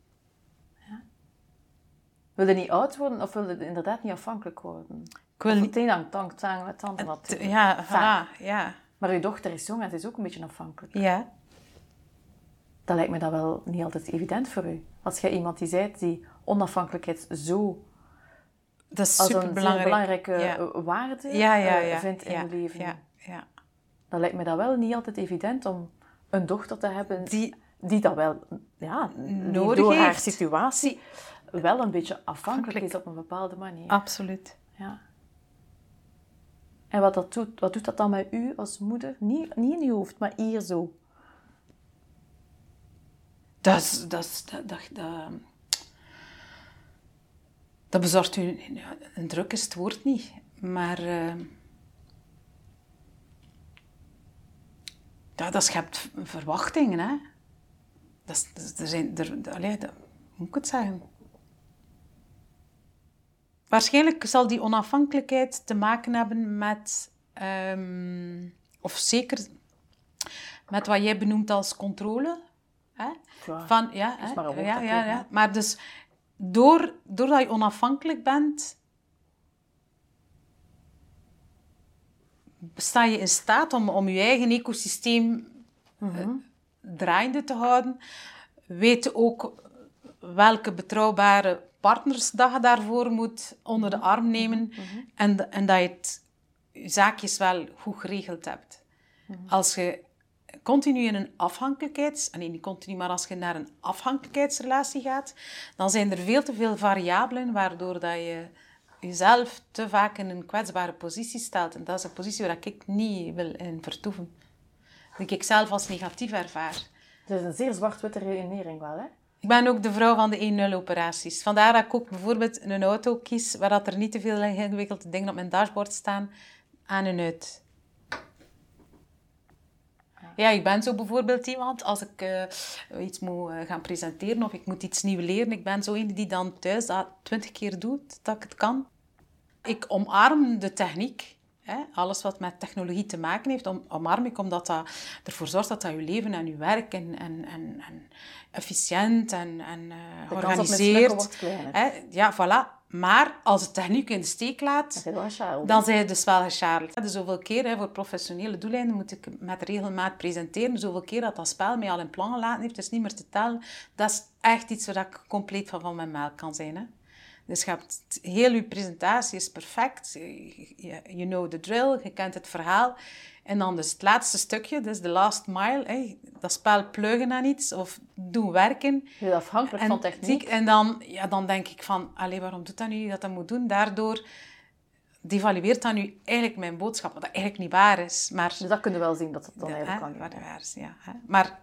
Wil je niet oud worden of wil je inderdaad niet afhankelijk worden? Ik wil Of niet... het een hangt samen met het andere natuurlijk. Ja, Vaak. voilà, ja. Maar je dochter is jong en ze is ook een beetje afhankelijk. Ja. Dat lijkt me dan wel niet altijd evident voor u. Als jij iemand die zei die onafhankelijkheid zo Dat is als een zeer superbelangrijk. belangrijke waarde vindt in je leven, Ja. dan lijkt me dat wel niet altijd evident om een dochter te hebben Die dat wel die nodig door haar heeft. situatie wel een beetje afhankelijk is op een bepaalde manier. Absoluut. Ja. En wat doet dat dan met u als moeder? Niet in je hoofd, maar hier zo. Dat bezorgt u... Een druk is het woord niet. Maar... dat schept verwachtingen, hè. Hoe moet ik het zeggen? Waarschijnlijk zal die onafhankelijkheid te maken hebben met... of zeker met wat jij benoemt als controle. Hè? Ja, Van, is maar een woord, ja, dat ja, weet ja. ik. Maar dus, doordat je onafhankelijk bent... sta je in staat om je eigen ecosysteem draaiende te houden. Weet ook welke betrouwbare partners dat je daarvoor moet onder de arm nemen. En dat je je zaakjes wel goed geregeld hebt. Als je continu in een niet continu, maar als je naar een afhankelijkheidsrelatie gaat, dan zijn er veel te veel variabelen waardoor dat je jezelf te vaak in een kwetsbare positie stelt. En dat is een positie waar ik niet wil in vertoeven. Dat ik zelf als negatief ervaar. Het is een zeer zwart-witte redenering wel, hè? Ik ben ook de vrouw van de 1-0-operaties. Vandaar dat ik ook bijvoorbeeld een auto kies waar dat er niet te veel ingewikkelde dingen op mijn dashboard staan. Aan en uit. Ja, ik ben zo bijvoorbeeld iemand, als ik iets moet gaan presenteren of ik moet iets nieuws leren, ik ben zo iemand die dan thuis dat 20 keer doet, dat ik het kan. Ik omarm de techniek. Hè. Alles wat met technologie te maken heeft, omarm ik, omdat dat ervoor zorgt dat je leven en je werk en efficiënt en georganiseerd... wordt kleiner. Hè. Ja, voilà. Maar als de techniek in de steek laat, dan zijn je dus wel gesjareld. Dus zoveel keer, voor professionele doeleinden, moet ik met regelmaat presenteren. Zoveel keer dat spel mij al in plan gelaten heeft, dus niet meer te tellen. Dat is echt iets waar ik compleet van mijn melk kan zijn. Hè. Dus heel je presentatie is perfect. You know the drill, je kent het verhaal. En dan dus het laatste stukje, dus de last mile. Hè, dat spel pluggen aan iets of doen werken. Je bent afhankelijk van techniek. En dan denk ik van, waarom doet dat nu dat moet doen? Daardoor devalueert dat nu eigenlijk mijn boodschap, wat dat eigenlijk niet waar is. Maar, Dus dat kun je wel zien dat het dan eigenlijk kan. Wat waar is, ja. Hè. Maar...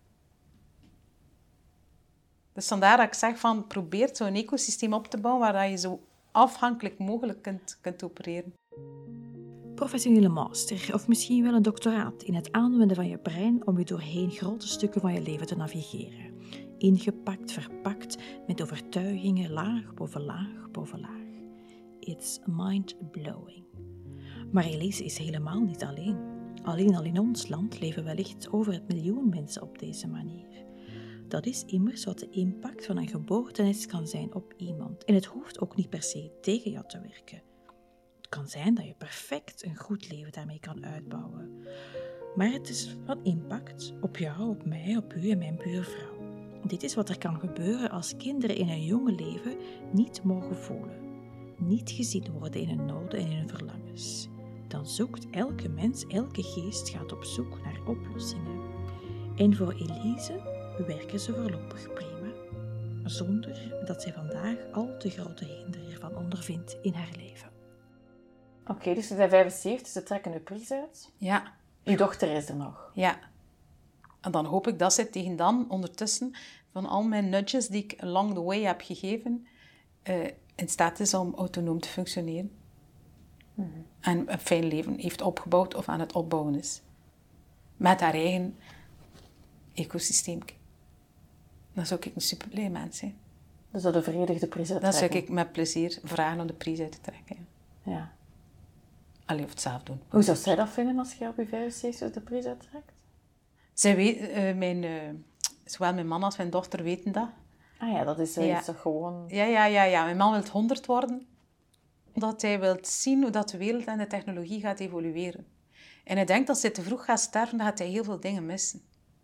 Dus vandaar dat ik zeg van, probeer zo'n ecosysteem op te bouwen waar je zo afhankelijk mogelijk kunt opereren. Professionele master of misschien wel een doctoraat in het aanwenden van je brein om je doorheen grote stukken van je leven te navigeren. ingepakt, verpakt met overtuigingen laag boven laag boven laag. It's mind-blowing. Maar Elise is helemaal niet alleen. Alleen al in ons land leven wellicht over 1 miljoen mensen op deze manier. Dat is immers wat de impact van een geboortenis kan zijn op iemand. En het hoeft ook niet per se tegen jou te werken. Het kan zijn dat je perfect een goed leven daarmee kan uitbouwen. Maar het is van impact op jou, op mij, op u en mijn buurvrouw. Dit is wat er kan gebeuren als kinderen in hun jonge leven niet mogen voelen. Niet gezien worden in hun noden en in hun verlangens. Dan zoekt elke mens, elke geest gaat op zoek naar oplossingen. En voor Elise werken ze voorlopig prima, zonder dat zij vandaag al te grote hinder ervan ondervindt in haar leven. Oké, dus ze zijn 75, ze trekken de pries uit. Ja. Uw dochter is er nog. Ja. En dan hoop ik dat ze tegen dan ondertussen van al mijn nudges die ik along the way heb gegeven, in staat is om autonoom te functioneren. Mm-hmm. En een fijn leven heeft opgebouwd of aan het opbouwen is. Met haar eigen ecosysteem. Dan zou ik een super blij mens zijn. Dus dat de vredigde prijs uittrekken. Dan zou ik met plezier vragen om de prijs uit te trekken. Ja. Allee, of het zelf doen. Hoe zou zij dat vinden als je op je 75 de prijs uittrekt? Zij weet, zowel mijn man als mijn dochter weten dat. Ah ja, dat is toch gewoon... Ja. Mijn man wil 100 worden. Omdat hij wil zien hoe dat de wereld en de technologie gaat evolueren. En hij denkt dat als hij te vroeg gaat sterven, dan gaat hij heel veel dingen missen.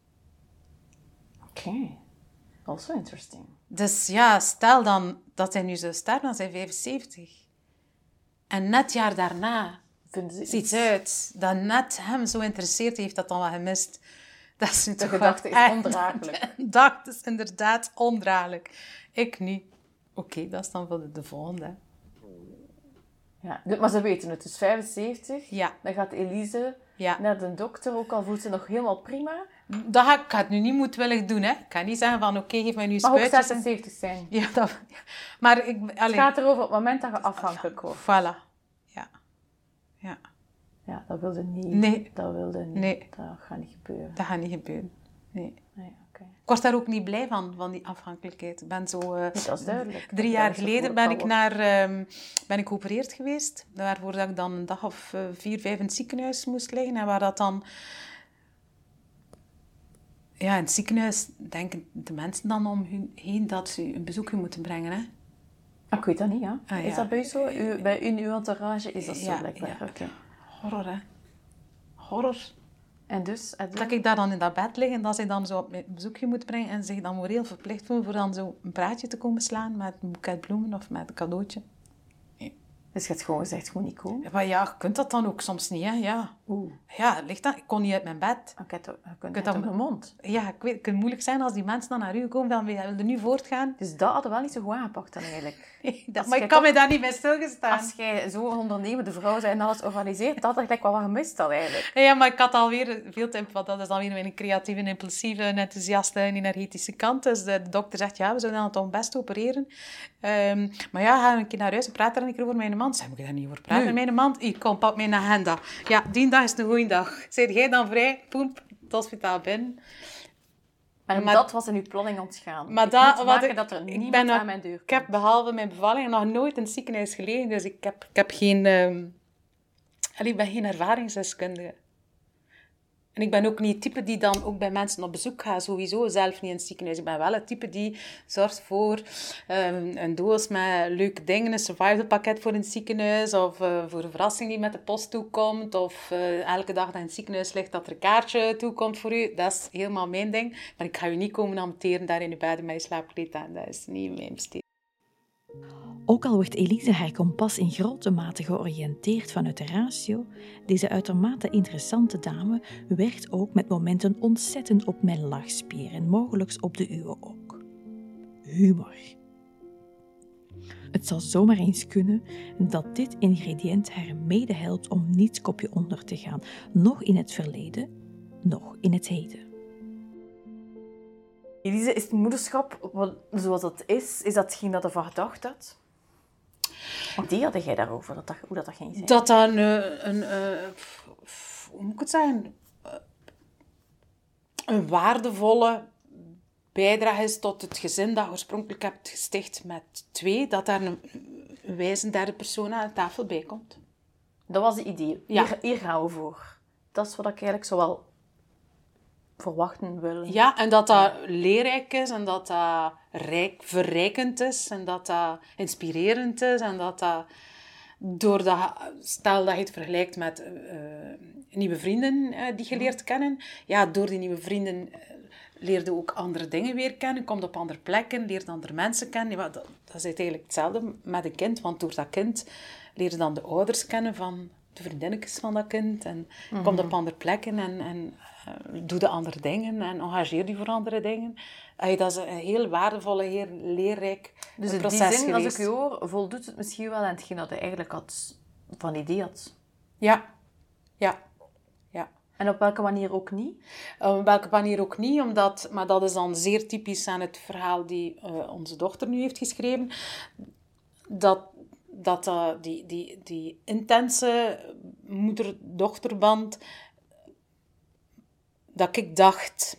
Oké. Also interesting. Dus ja, stel dan dat hij nu zou sterven aan zijn 75. En net jaar daarna ziet uit dat net hem zo interesseert heeft dat dan wat gemist. Dat is de gedachte is ondraaglijk. De gedachte is inderdaad ondraaglijk. Ik niet. Oké, dat is dan voor de volgende. Ja, maar ze weten het. Dus 75. Ja. Dan gaat Elise naar de dokter, ook al voelt ze nog helemaal prima. Ik ga het nu niet moedwillig doen. Hè. Ik ga niet zeggen van oké, geef mij nu spuitjes. Mag ook 76 zijn. Ja, maar het gaat erover op het moment dat je afhankelijk wordt. Voilà. Ja. Ja, dat wilde niet. Nee. Dat wilde niet. Nee. Dat gaat niet gebeuren. Dat gaat niet gebeuren. Nee. Okay. Ik word daar ook niet blij van die afhankelijkheid. Ik ben zo... dat is duidelijk. 3 jaar geleden ben ik geopereerd geweest. Waarvoor dat ik dan een dag of 4, 5 in het ziekenhuis moest liggen. En waar dat dan... Ja, in het ziekenhuis denken de mensen dan om hun heen dat ze een bezoekje moeten brengen. Hè? Ik weet dat niet, hè? Ah, is dat bij u zo? Bij u in uw entourage is dat zo blijkbaar? Ja. Okay. Horror, hè? Horror. En dus? Dat ik daar dan in dat bed lig en dat ze dan zo op mijn bezoekje moet brengen en zich dan moreel verplicht voelen voor dan zo een praatje te komen slaan met een boeket bloemen of met een cadeautje. Dus je hebt gewoon gezegd, gewoon niet komen? Maar ja, je kunt dat dan ook soms niet, hè. Ja. Ja, ligt dat. Ik kon niet uit mijn bed. Je kunt uit mijn mond. Ja, ik weet, het kan moeilijk zijn als die mensen dan naar u komen, dan wil je nu voortgaan. Dus dat hadden we wel niet zo goed aangepakt dan eigenlijk. Maar ik kan me daar niet bij stilgestaan. Als jij zo'n ondernemende vrouw bent en alles organiseert, dat had ik wel wat gemist al eigenlijk. Ja, maar ik had alweer veel tempo, want dat is dan weer mijn creatieve, impulsieve, enthousiaste en energetische kant. Dus de dokter zegt, ja, we zouden dan toch best opereren. Maar ja, ga een keer naar huis en praat er een keer over mijn man. Zeg, moet ik daar niet over praten met mijn man? Hier, kom, pak mijn agenda. Ja, die dag is een goeie dag. Zeg jij dan vrij? Poep, het hospitaal binnen. Maar dat was in uw planning ontgaan. Maar dat er niemand aan mijn deur komt. Ik heb behalve mijn bevalling nog nooit in het ziekenhuis gelegen. Dus ik heb geen... ik ben geen ervaringsdeskundige. En ik ben ook niet het type die dan ook bij mensen op bezoek gaat. Sowieso zelf niet in het ziekenhuis. Ik ben wel het type die zorgt voor een doos met leuke dingen. Een survival pakket voor in het ziekenhuis. Of voor een verrassing die met de post toekomt. Of elke dag dat je in het ziekenhuis ligt dat er een kaartje toekomt voor u. Dat is helemaal mijn ding. Maar ik ga u niet komen amputeren daar in je bed met je slaapkleed aan. Dat is niet mijn besteed. Ook al wordt Elise haar kompas in grote mate georiënteerd vanuit de ratio, deze uitermate interessante dame werkt ook met momenten ontzettend op mijn lachspier en mogelijk op de uwe ook. Humor. Het zal zomaar eens kunnen dat dit ingrediënt haar mede helpt om niet kopje onder te gaan, nog in het verleden, nog in het heden. Elise, is het moederschap zoals dat is dat hetgeen dat je van gedacht had? Want die had jij daarover, hoe dat ging zijn? Dat dan hoe moet ik het zeggen? Een waardevolle bijdrage is tot het gezin dat je oorspronkelijk hebt gesticht met 2, dat daar een wijze derde persoon aan de tafel bij komt. Dat was het idee. Ja. Hier gaan we voor. Dat is wat ik eigenlijk zo wel verwachten wil. Ja, en dat dat leerrijk is en dat dat verrijkend is en dat dat inspirerend is en dat dat stel dat je het vergelijkt met nieuwe vrienden die je leert kennen. Ja, door die nieuwe vrienden leerde ook andere dingen weer kennen, komt op andere plekken, leert andere mensen kennen. Ja, dat is eigenlijk hetzelfde met een kind, want door dat kind leer je dan de ouders kennen van de vriendinnetjes van dat kind en komt op andere plekken en doe de andere dingen en engageer je voor andere dingen. Dat is een heel waardevolle, heel leerrijk Dus in proces die zin, geweest. als ik je hoor, voldoet het misschien wel aan hetgeen dat je eigenlijk van idee had. Ja. En op welke manier ook niet? Op welke manier ook niet, maar dat is dan zeer typisch aan het verhaal die onze dochter nu heeft geschreven. Die intense moeder-dochterband, dat ik dacht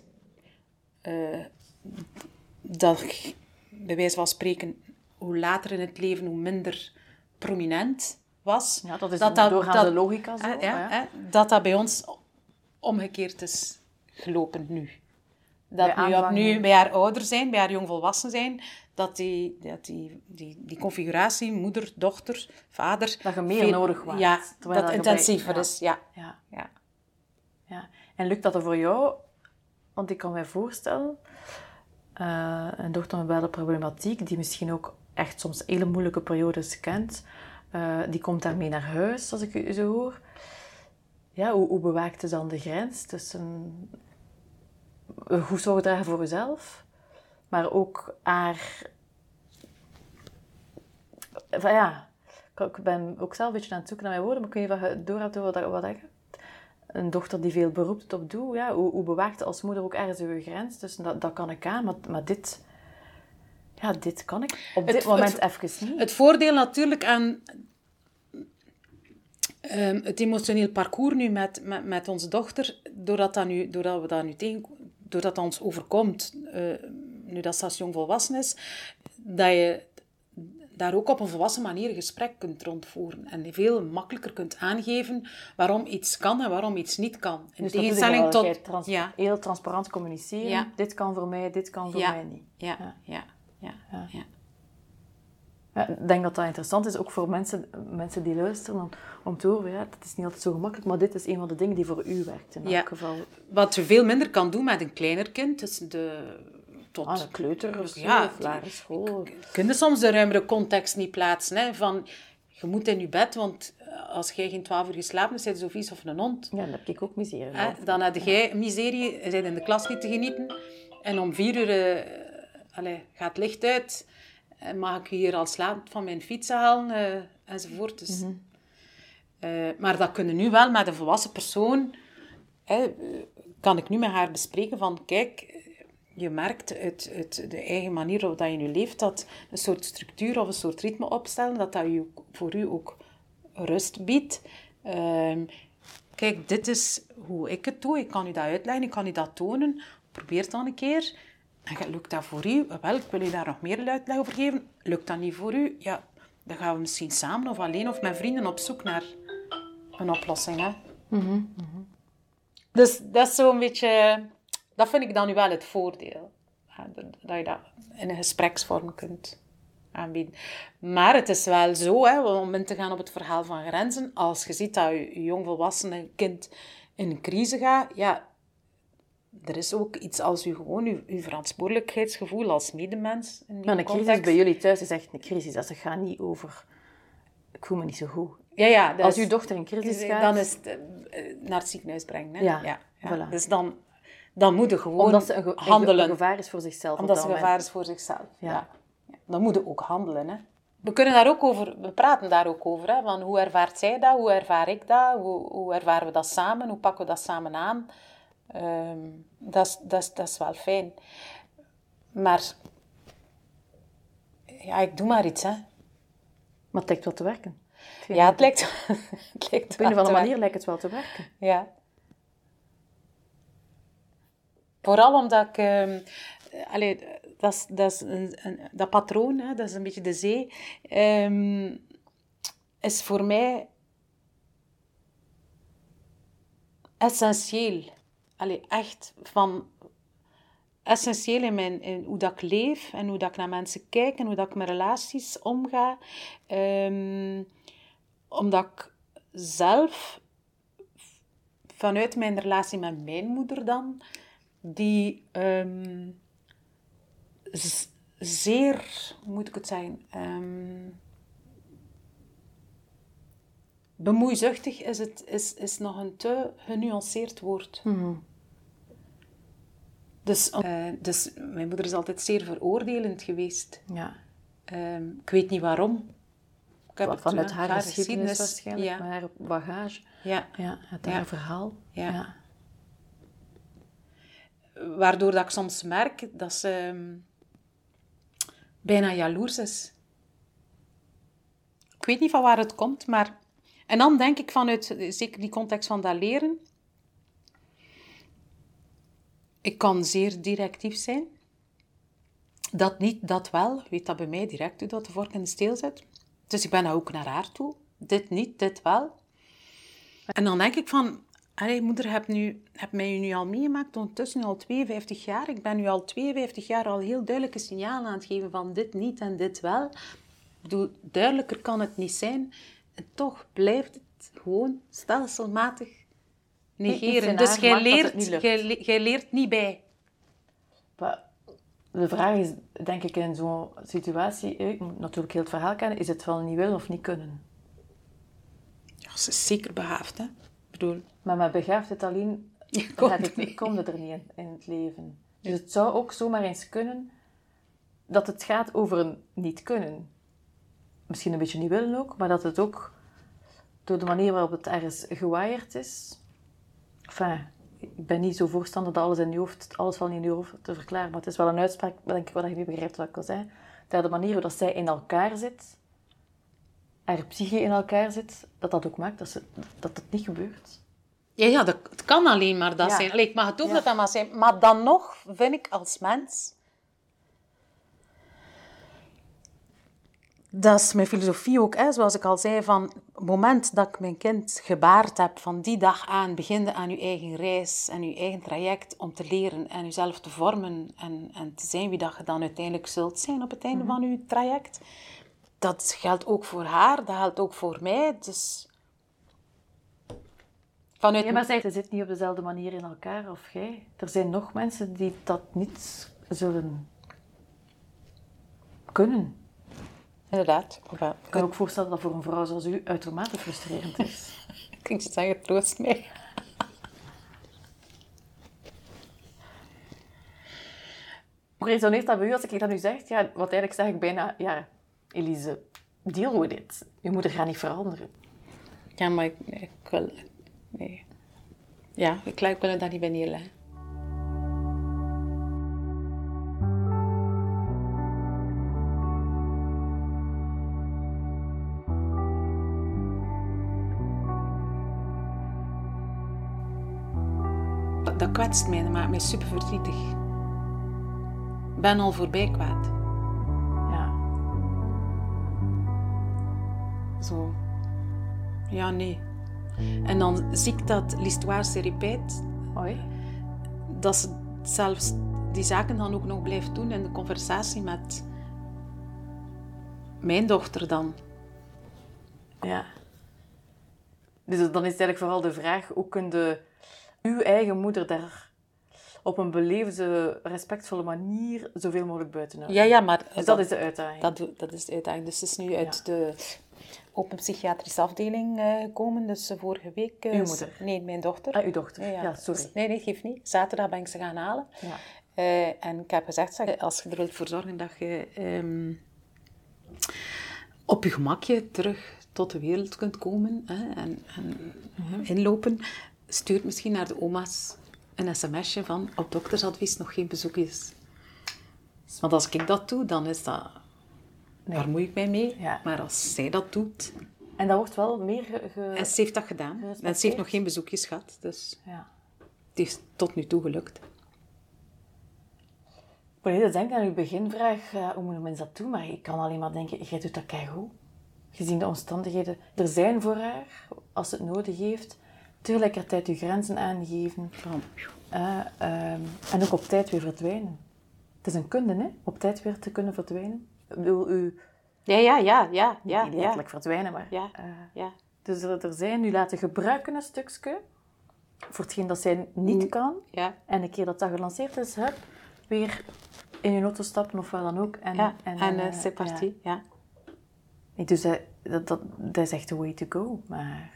dat ik, bij wijze van spreken, hoe later in het leven, hoe minder prominent was. Ja, dat is een doorgaande logica zo. Dat bij ons omgekeerd is gelopen nu. Dat nu bij haar ouder zijn, bij haar jongvolwassen zijn, dat die configuratie, moeder, dochter, vader... Dat je meer nodig wordt. Ja, dat intensiever is. Ja. En lukt dat er voor jou? Want ik kan mij voorstellen, een dochter met bepaalde problematiek, die misschien ook echt soms hele moeilijke periodes kent, die komt daarmee naar huis, als ik u zo hoor. Ja, hoe bewaakt je dan de grens tussen goed zorg dragen voor jezelf, maar ook haar... Ik ben ook zelf een beetje aan het zoeken naar mijn woorden, maar ik weet niet of je door hebt over wat ik heb. Een dochter die veel beroep op doet, ja, hoe bewaakt je als moeder ook ergens je grens? Dus dat kan ik aan, maar dit kan ik op dit moment even niet. Het voordeel natuurlijk aan het emotioneel parcours nu met onze dochter, doordat dat ons overkomt, nu dat ze jongvolwassen is, dat je daar ook op een volwassen manier een gesprek kunt rondvoeren en veel makkelijker kunt aangeven waarom iets kan en waarom iets niet kan. In Dus tegenstelling tot... heel transparant communiceren. Ja. Dit kan voor mij, dit kan voor mij niet. Ja. Ja, ik denk dat dat interessant is, ook voor mensen die luisteren, om te horen, dat is niet altijd zo gemakkelijk, maar dit is een van de dingen die voor u werkt in elk geval. Wat je veel minder kan doen met een kleiner kind, dus een kleuter of lagere school. Kun je soms de ruimere context niet plaatsen, hè, van je moet in je bed, want als jij geen 12 uur geslapen hebt, zit je zo vies of een hond. Ja, dan heb ik ook miserie. Dan heb jij miserie, je bent in de klas niet te genieten, en om 4 uur gaat het licht uit, mag ik je hier al slapend van mijn fiets halen, enzovoort. Dus, maar dat kunnen nu wel met een volwassen persoon, kan ik nu met haar bespreken van, kijk, je merkt uit de eigen manier waarop je nu leeft, dat een soort structuur of een soort ritme opstellen, dat voor u ook rust biedt. Kijk, dit is hoe ik het doe. Ik kan u dat uitleggen, ik kan u dat tonen. Probeer het dan een keer. En lukt dat voor u? Wel, ik wil u daar nog meer uitleg over geven. Lukt dat niet voor u? Ja, dan gaan we misschien samen of alleen of met vrienden op zoek naar een oplossing. Hè? Dus dat is zo'n beetje... Dat vind ik dan nu wel het voordeel. Dat je dat in een gespreksvorm kunt aanbieden. Maar het is wel zo, om in te gaan op het verhaal van grenzen. Als je ziet dat je jongvolwassene kind in een crisis gaat, ja, er is ook iets als u gewoon uw verantwoordelijkheidsgevoel als medemens. Maar een crisis bij jullie thuis is echt een crisis. Dat gaat niet over... Ik voel me niet zo goed. Ja, dus, als uw dochter in crisis gaat... Dan is het naar het ziekenhuis brengen. Hè? Ja. Voilà. Dus dan moet je gewoon omdat ze handelen. een gevaar is voor zichzelf. Omdat ze een gevaar is voor zichzelf. Ja. Dan moet je ook handelen. Hè. We praten daar ook over. Hè, van hoe ervaart zij dat? Hoe ervaar ik dat? Hoe ervaren we dat samen? Hoe pakken we dat samen aan? Dat is wel fijn. Maar... Ja, ik doe maar iets, hè. Maar het lijkt wel te werken. Ja, het lijkt op een of andere manier lijkt het wel te werken. Ja. Vooral omdat ik dat patroon, hè, dat is een beetje de zee, is voor mij essentieel. Echt essentieel in hoe dat ik leef en hoe dat ik naar mensen kijk en hoe dat ik met relaties omga. Omdat ik zelf, vanuit mijn relatie met mijn moeder dan, die zeer, hoe moet ik het zeggen, bemoeizuchtig is nog een te genuanceerd woord. Mm-hmm. Dus mijn moeder is altijd zeer veroordelend geweest. Ja. Ik weet niet waarom. Ik heb Vanuit haar geschiedenis waarschijnlijk, ja. met haar bagage. Ja. Ja, uit haar verhaal. Ja. Ja. Waardoor dat ik soms merk dat ze bijna jaloers is. Ik weet niet van waar het komt, maar... En dan denk ik vanuit, zeker die context van dat leren... Ik kan zeer directief zijn. Dat niet, dat wel. Weet dat bij mij direct hoe dat de vork in de steel zit. Dus ik ben daar ook naar haar toe. Dit niet, dit wel. En dan denk ik van... Moeder, heb mij nu al meegemaakt, ondertussen al 52 jaar. Ik ben nu al 52 jaar al heel duidelijke signalen aan het geven van dit niet en dit wel. Ik bedoel, duidelijker kan het niet zijn. En toch blijft het gewoon stelselmatig negeren. Dus jij leert niet bij. Maar de vraag is, denk ik, in zo'n situatie... Ik moet natuurlijk heel het verhaal kennen. Is het wel niet willen of niet kunnen? Ja, ze is zeker begaafd, hè. Ik bedoel... Maar met begaafdheid alleen komt het er niet in het leven. Dus het zou ook zomaar eens kunnen dat het gaat over een niet kunnen. Misschien een beetje niet willen ook, maar dat het ook door de manier waarop het ergens gewaaid is... Enfin, ik ben niet zo voorstander dat alles wel in je hoofd te verklaren, maar het is wel een uitspraak, denk ik, wat je nu begrijpt wat ik al zei. Dat de manier waarop zij in elkaar zit, haar psyche in elkaar zit, dat ook maakt dat het niet gebeurt. Ja, het kan alleen maar dat zijn. Ik mag het ook dat maar zijn. Maar dan nog vind ik als mens... Dat is mijn filosofie ook, hè, zoals ik al zei, van het moment dat ik mijn kind gebaard heb, van die dag aan, begin aan je eigen reis en je eigen traject om te leren en jezelf te vormen en te zijn wie dat je dan uiteindelijk zult zijn op het einde van je traject. Dat geldt ook voor haar, dat geldt ook voor mij, dus... Ja, maar zij zit niet op dezelfde manier in elkaar, of jij. Er zijn nog mensen die dat niet zullen kunnen. Inderdaad. Ik kan ook voorstellen dat voor een vrouw zoals u uitermate frustrerend is. Ik kan je zeggen, troost mij. Hoe resoneert dat bij u als ik dat nu zeg? Ja, wat eigenlijk zeg ik bijna... Ja, Elise, deal with it. Je moeder gaat niet veranderen. Ja, maar ik wil... Nee. Ja, ik wil het daar niet bij neerleggen. Dat kwetst mij, dat maakt mij super verdrietig. Ik ben al voorbij kwaad. Ja. Zo. Ja, nee. En dan zie ik dat l'histoire se répète. Oei. Dat ze zelfs die zaken dan ook nog blijft doen in de conversatie met mijn dochter dan. Ja. Dus dan is het eigenlijk vooral de vraag, hoe kun je uw eigen moeder daar op een beleefde, respectvolle manier zoveel mogelijk buiten houden? Ja, maar... Dus dat is de uitdaging. Dat is de uitdaging. Dus ze is nu uit de open psychiatrische afdeling gekomen. Dus vorige week... Uw moeder? Nee, mijn dochter. Ah, uw dochter. Ja. Ja, sorry. Nee, geeft niet. Zaterdag ben ik ze gaan halen. Ja. En ik heb gezegd, zeg, als je er wilt voor zorgen dat je op je gemakje terug tot de wereld kunt komen en inlopen, stuur misschien naar de oma's een sms'je van op doktersadvies nog geen bezoekjes. Want als ik dat doe, dan is dat... Nee. Daar moei ik mij mee. Ja. Maar als zij dat doet... En dat wordt wel meer... En ze heeft dat gedaan. En ze heeft nog geen bezoekjes gehad. Dus Ja. het is tot nu toe gelukt. Ik volledig denken aan uw beginvraag, hoe moeten mensen dat doen? Maar ik kan alleen maar denken, jij doet dat keigoed. Gezien de omstandigheden er zijn voor haar, als het nodig heeft. Tegelijkertijd uw grenzen aangeven. En ook op tijd weer verdwijnen. Het is een kunde, hè? Op tijd weer te kunnen verdwijnen. Ik bedoel, Ja. niet letterlijk verdwijnen, maar... Ja. Dus er zijn, u laten gebruiken een stukje, voor hetgeen dat zij niet kan. Ja. En een keer dat dat gelanceerd is, hup, weer in je auto stappen of wat dan ook. En c'est parti. Ja. Dus dat is echt the way to go, maar...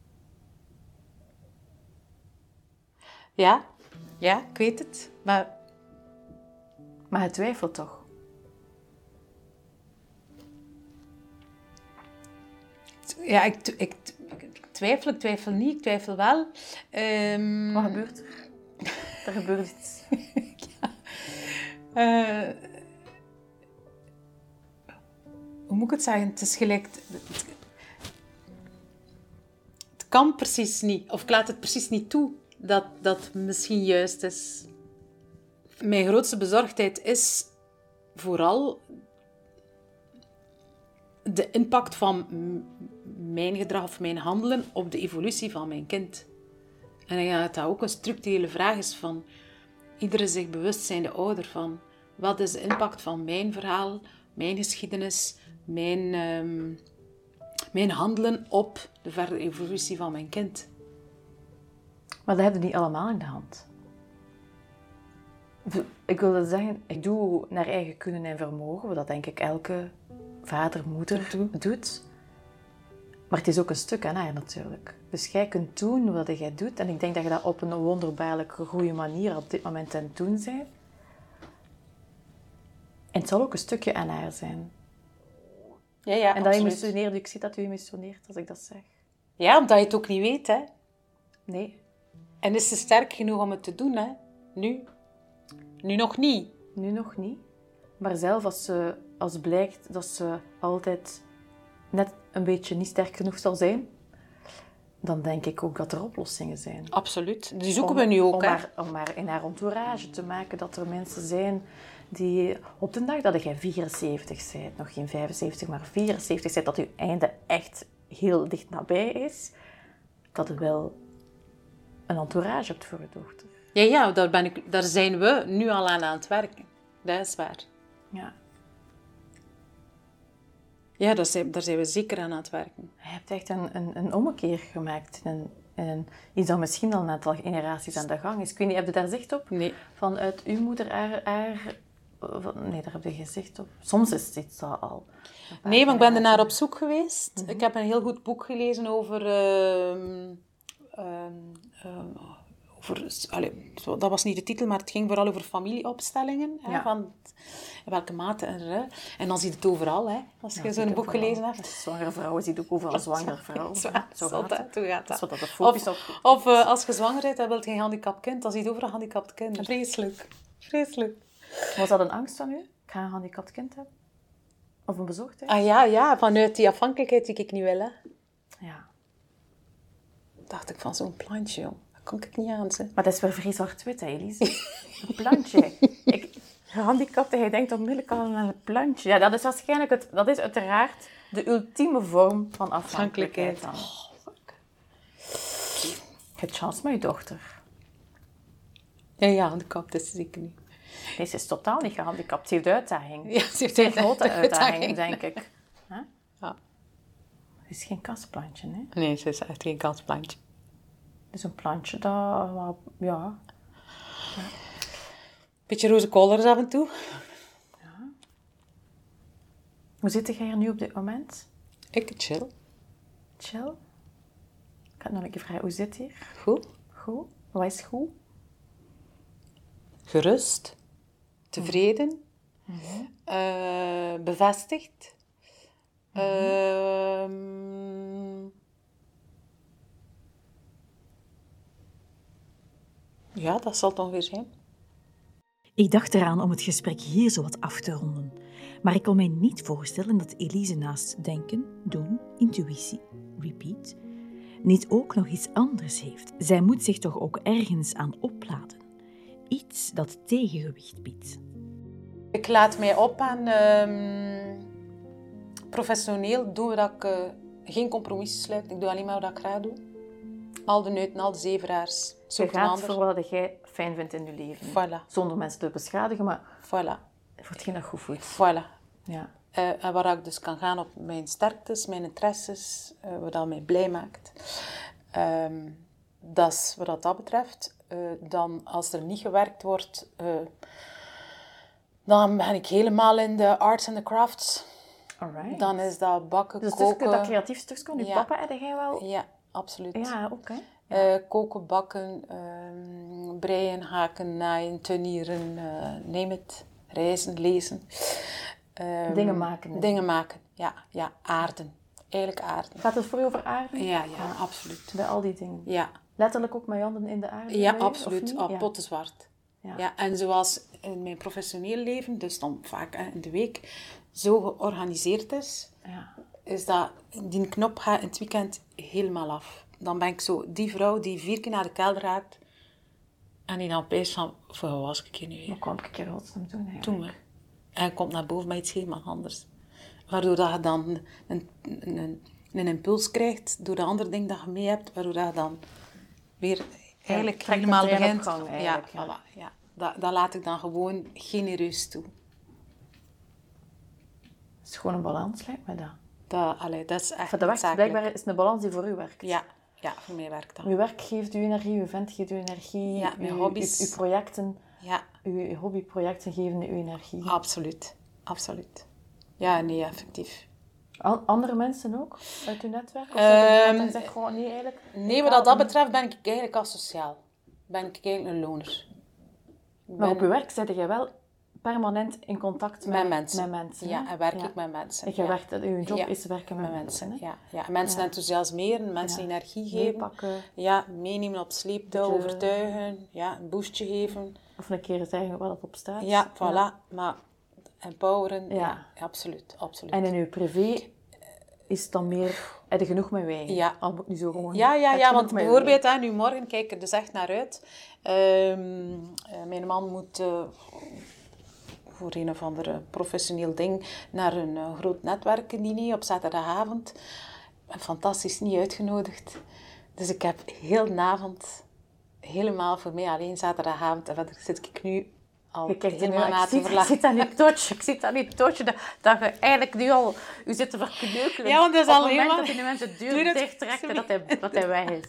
Ja, ik weet het. Maar je twijfelt toch? Ja, ik twijfel niet. Ik twijfel wel. Wat gebeurt er? Er gebeurt iets. Hoe moet ik het zeggen? Het is gelijk... Het kan precies niet. Of ik laat het precies niet toe dat dat misschien juist is. Mijn grootste bezorgdheid is vooral de impact van mijn gedrag of mijn handelen op de evolutie van mijn kind. En ik denk dat dat ook een structurele vraag is van iedere zich bewust zijnde ouder van wat is de impact van mijn verhaal, mijn geschiedenis, mijn handelen op de verdere evolutie van mijn kind. Maar dat hebben we niet allemaal in de hand. Ik wil zeggen, ik doe naar eigen kunnen en vermogen, wat denk ik elke vader, moeder doet. Maar het is ook een stuk aan haar natuurlijk. Dus jij kunt doen wat jij doet. En ik denk dat je dat op een wonderbaarlijke goede manier op dit moment aan het doen bent. En het zal ook een stukje aan haar zijn. Ja, en dat emotioneert, ik zie dat u emotioneert als ik dat zeg. Ja, omdat je het ook niet weet, hè. Nee. En is ze sterk genoeg om het te doen, hè? Nu nog niet. Nu nog niet. Maar zelf als blijkt dat ze altijd net een beetje niet sterk genoeg zal zijn, dan denk ik ook dat er oplossingen zijn. Absoluut. Die zoeken we nu ook, om maar in haar entourage te maken dat er mensen zijn die op de dag dat jij 74 bent, nog geen 75, maar 74 bent, dat je einde echt heel dicht nabij is, dat je wel een entourage hebt voor je dochter. Ja, daar zijn we nu al aan het werken. Dat is waar. Ja. Ja, daar zijn we zeker aan het werken. Je hebt echt een ommekeer gemaakt in iets dat misschien al een aantal generaties aan de gang is. Ik weet niet, heb je daar zicht op? Nee. Vanuit uw moeder, nee, daar heb je geen zicht op. Soms is dit al. Nee, maar ik ben er naar op zoek geweest. Mm-hmm. Ik heb een heel goed boek gelezen over dat was niet de titel, maar het ging vooral over familieopstellingen. Hè, van in welke mate. En dan zie je het overal, hè, als je zo'n boek gelezen hebt. Zwangere vrouwen zie je ook overal zwangere vrouwen. Zo gaat dat. Of als je zwanger bent en wilt je een gehandicapt kind, dan zie je overal een gehandicapt kind. Vreselijk. Was dat een angst van u? Ik ga een gehandicapt kind hebben? Of een bezorgdheid? Ja, vanuit die afhankelijkheid die ik niet wil. Hè. Ja. Dacht ik van zo'n plantje, joh. Kon ik niet aan, hè. Maar dat is weer vrij zwart-wit, hè, Elise? Een plantje. Gehandicapt en je denkt onmiddellijk al aan een plantje. Ja, dat is waarschijnlijk dat is uiteraard de ultieme vorm van afhankelijkheid. Dan. Je hebt chance met je dochter. Ja, gehandicapt is ze zeker niet. Nee, ze is totaal niet gehandicapt. Ze heeft uitdaging. Ja, ze heeft een grote uitdaging, denk ik. Huh? Ja. Het is geen kastplantje, hè? Nee, ze is echt geen kastplantje. Het is een plantje dat, ja. Beetje roze kolers af en toe. Ja. Hoe zit jij hier nu op dit moment? Ik chill. Chill? Ik ga nog een keer vragen, hoe zit hier? Goed. Goed? Wat is goed? Gerust. Tevreden. Bevestigd. Ja, dat zal het ongeveer zijn. Ik dacht eraan om het gesprek hier zo wat af te ronden. Maar ik kon mij niet voorstellen dat Elise naast denken, doen, intuïtie, repeat, niet ook nog iets anders heeft. Zij moet zich toch ook ergens aan opladen. Iets dat tegengewicht biedt. Ik laat mij op en professioneel doen we dat ik geen compromissen sluit. Ik doe alleen maar wat ik graag doe. Al de neuten, al de zeveraars. Je gaat voor wat jij fijn vindt in je leven. Voilà. Zonder mensen te beschadigen, maar Voilà. voor hetgeen dat goed voelt. Voilà. Ja. En waar ik dus kan gaan op mijn sterktes, mijn interesses, wat dat mij blij maakt. Dat is wat dat betreft. Dan, als er niet gewerkt wordt, dan ben ik helemaal in de arts en de crafts. Alright. Dan is dat bakken, Dus koken. dat creatief stukje, je Ja. papa, heb jij wel... Ja, absoluut. Ja, ook hè. Koken, bakken, breien, haken, naaien, tuinieren, neem het. Reizen, lezen. Dingen maken. Dingen maken, ja. Aarden. Eigenlijk aarden. Gaat het voor je over aarde? Ja, absoluut. Bij al die dingen. Ja, Letterlijk ook met je handen in de aarde? ja bij je, absoluut. of niet? Oh, Ja. pottenzwart. Ja. Ja, en zoals in mijn professioneel leven, dus dan vaak in de week, zo georganiseerd is dat die knop gaat in het weekend helemaal af. Dan ben ik zo die vrouw die 4 keer naar de kelder gaat en die dan opeens van, voor wat was ik hier nu weer? Wat kwam ik hier godsnaam doen eigenlijk? Doen we. En komt naar boven met iets helemaal anders. Waardoor dat je dan een impuls krijgt door de andere ding dat je mee hebt, waardoor dat je dan weer eigenlijk trekt helemaal een trein op begint. gang eigenlijk, ja. Voilà, ja. Dat laat ik dan gewoon genereus toe. Het is gewoon een balans, lijkt me dat. Dat is echt Dat werkt, zakelijk. blijkbaar is het een balans die voor u werkt. Ja, voor mij werkt dat. Uw werk geeft u energie, uw vent geeft u energie. Ja, mijn uw, hobby's. Uw projecten, Ja, uw hobbyprojecten geven u energie. absoluut. Ja, nee, effectief. Andere mensen ook uit uw netwerk? Of zeg je zegt gewoon nee eigenlijk? Nee, wat dat betreft ben ik eigenlijk asociaal. Ben ik eigenlijk een loner. Maar op uw werk zit jij wel permanent in contact met mensen. mensen. Ja, hè? en werk ik met mensen. En jij werkt, uw job Ja. is werken met mensen. Hè? Ja. Mensen enthousiasmeren, mensen energie geven. Meepakken. Ja, meenemen op sleeptouw, Beetje- overtuigen. Ja, een boostje geven. Of een keer zeggen wat op staat. Ja, voilà. Maar empoweren, Ja. ja, absoluut. En in uw privé is het dan meer... Heb je genoeg met wij? Ja. Al moet ik nu zo gewoon... Ja, heb je want genoeg met bijvoorbeeld, nu morgen kijk ik er dus echt naar uit. Mijn man moet voor een of ander professioneel ding naar een groot netwerkdiner op zaterdagavond. Ik ben fantastisch niet uitgenodigd. Dus ik heb heel de avond helemaal voor mij alleen zaterdagavond. En verder zit ik nu al Je kijkt er nu, helemaal na te ik verlaten. zit aan die toetje, dat je eigenlijk nu al... U zit te verkneukelen. Ja, want dat is op al het moment helemaal- dat hij nu mensen Doe deur dat- dicht trekt en sorry. dat hij weg is.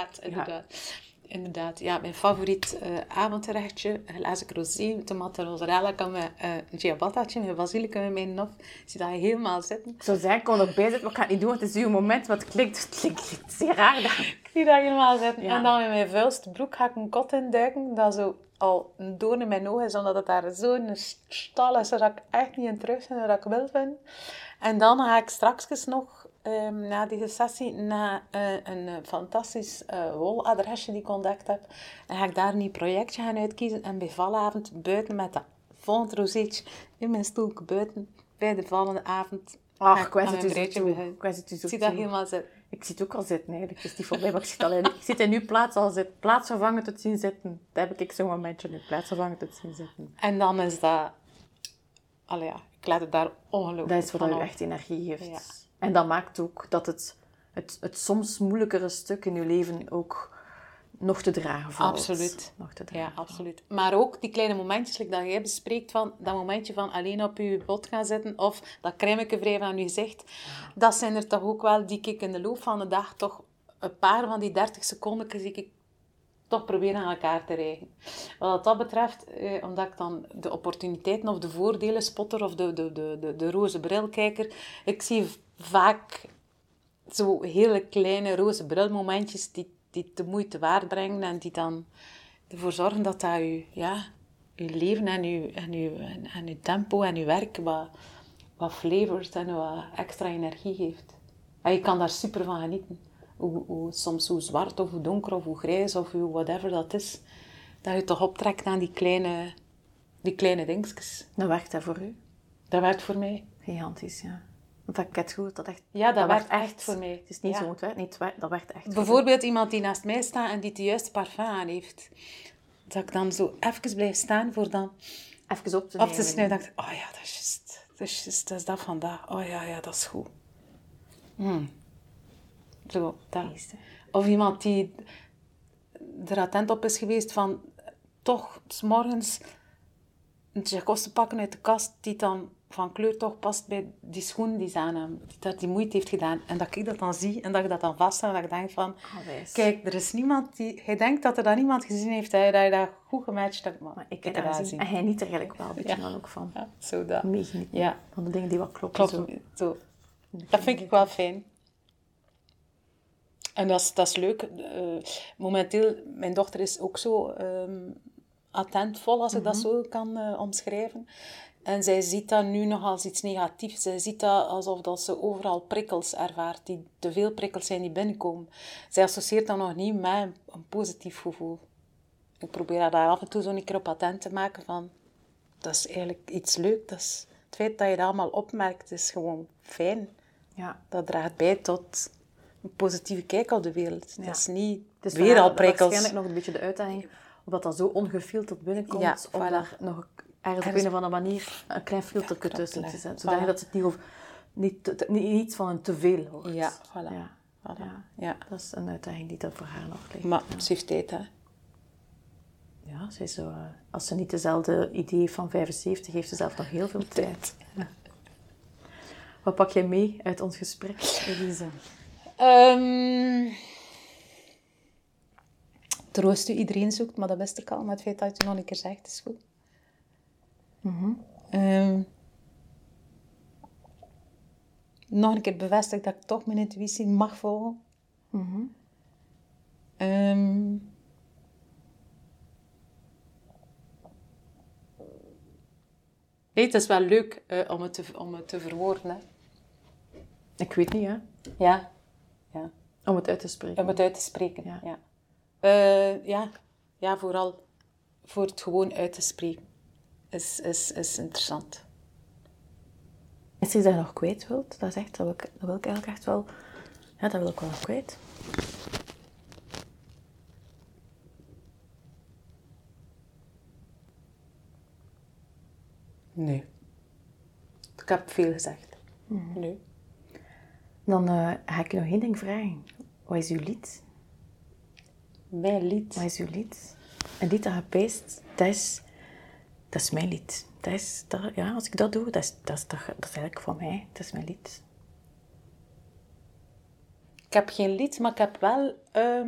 Inderdaad. Ja, mijn favoriet avondgerechtje, glazen rosé, tomaten mozzarella, kan met een ciabattaatje, met basilicum in mijn nof. Zie dat helemaal zitten. Ik zou zeggen, ik kon er bij zitten, maar ik ga het niet doen, want het is uw moment. Want het klinkt zeer raar. Ik zie dat helemaal zitten. Ja. En dan in mijn vuilste broek ga ik een kot induiken, dat zo al een doorn in mijn oog is, omdat het daar zo'n stal is, dat ik echt niet in terug ben, dat ik wil vinden. En dan ga ik straks nog, na deze sessie, naar een fantastisch woladresje die ik ontdekt heb. En ga ik daar een nieuw projectje gaan uitkiezen. En bij valavond buiten met dat volgend rozeetje in mijn stoelke buiten, bij de vallende avond. Ach, ga ik wens aan het mijn u zo breedje toe. beginnen. Ik wens het u zo Ik zie dat toe. helemaal zitten. Ik zie het ook al zitten eigenlijk. Het is niet voorbij, maar ik zit in uw plaats al zitten. Plaatsvervangend het zien zitten. Dat heb ik zo'n momentje nu. Plaatsvervangend het zien zitten. En dan is dat... Allee, ja, ik laat het daar ongelooflijk Dat is wat van u op. echt energie geeft. Ja. En dat maakt ook dat het soms moeilijkere stuk in uw leven ook nog te dragen valt. Absoluut. Nog te dragen Ja, valt. absoluut. Maar ook die kleine momentjes like dat jij bespreekt, van dat momentje van alleen op je bot gaan zitten of dat crèmeke wrijven aan je gezicht, dat zijn er toch ook wel die ik in de loop van de dag toch een paar van die 30 seconden zie ik toch proberen aan elkaar te rijgen. Wat dat betreft, omdat ik dan de opportuniteiten of de voordelen spotter of de roze brilkijker, ik zie vaak zo hele kleine roze brilmomentjes die de moeite waard brengen en die dan ervoor zorgen dat je leven en je tempo en je werk wat flavors en wat extra energie geeft. En je kan daar super van genieten. Soms hoe zwart of hoe donker of hoe grijs of hoe whatever dat is. Dat je toch optrekt aan die kleine dingetjes. Dat werkt dat voor u? Dat werkt voor mij. Gigantisch, ja. Want dat kent goed. Dat echt, Ja, dat werkt werkt echt voor mij. Het is niet Ja. zo, het werkt niet. Dat werkt echt voor Bijvoorbeeld iemand die naast mij staat en die het juiste parfum aan heeft. Dat ik dan zo even blijf staan voor dan Even op te Op nemen. te snijden, dacht ik, oh ja, dat is juist. Dat is dat vandaag. Oh ja, dat is goed. Zo, dat. Of iemand die er attent op is geweest van toch 's morgens een Tchaikovsky pakken uit de kast die dan van kleur toch past bij die schoen die ze aan hem, dat die moeite heeft gedaan. En dat ik dat dan zie en dat je dat dan vastzet en dat ik denk van, kijk, er is niemand die... Hij denkt dat er dan iemand gezien heeft dat je dat goed gematcht hebt, maar ik heb dat gezien. En hij niet er eigenlijk wel een beetje dan ook van. Ja, zo dat. Meegenieten. Ja. Van de dingen die wat kloppen. Zo. Dat vind ik wel fijn. En dat is leuk. Momenteel, mijn dochter is ook zo attentvol, als ik dat zo kan omschrijven. En zij ziet dat nu nog als iets negatiefs. Zij ziet dat alsof dat ze overal prikkels ervaart, die te veel prikkels zijn die binnenkomen. Zij associeert dat nog niet met een positief gevoel. Ik probeer haar daar af en toe zo een keer op attent te maken van... Dat is eigenlijk iets leuks. Het feit dat je dat allemaal opmerkt, is gewoon fijn. Ja. Dat draagt bij tot een positieve kijk op de wereld. Ja. Dat is niet Het is weer al prikkels. waarschijnlijk nog een beetje de uitdaging, omdat dat zo ongefilterd binnenkomt, Ja, om voilà. daar nog ergens op een of andere manier een klein filtertje tussen te zetten. Zodat dat het niet van een teveel wordt. Ja, voilà. Ja. Voilà. Ja. Ja. Dat is een uitdaging die er voor haar nog ligt. Maar ze heeft tijd, hè. Ja, ze is zo, als ze niet dezelfde idee heeft van 75, heeft ze zelf nog heel veel tijd. Ja. Wat pak jij mee uit ons gesprek, Elise? Troost u, iedereen zoekt, maar dat wist ik al. Maar het feit dat je het nog een keer zegt, is goed. Nog een keer bevestigd dat ik toch mijn intuïtie mag volgen. Nee, het is wel leuk om het te verwoorden. Hè. Ik weet niet, hè? Ja. Om het uit te spreken. Om het uit te spreken, Ja. Ja, vooral voor het gewoon uit te spreken is interessant. Is er iets dat je nog kwijt wilt? Dat wil ik eigenlijk echt wel... Ja, dat wil ik wel nog kwijt. Nee. Ik heb veel gezegd. Nee. Dan ga ik je nog één ding vragen. Wat is uw lied? Mijn lied? Wat is uw lied? Een lied dat je peest, dat is mijn lied. Ja, als ik dat doe, dat is eigenlijk van mij. Dat is mijn lied. Ik heb geen lied, maar ik heb wel...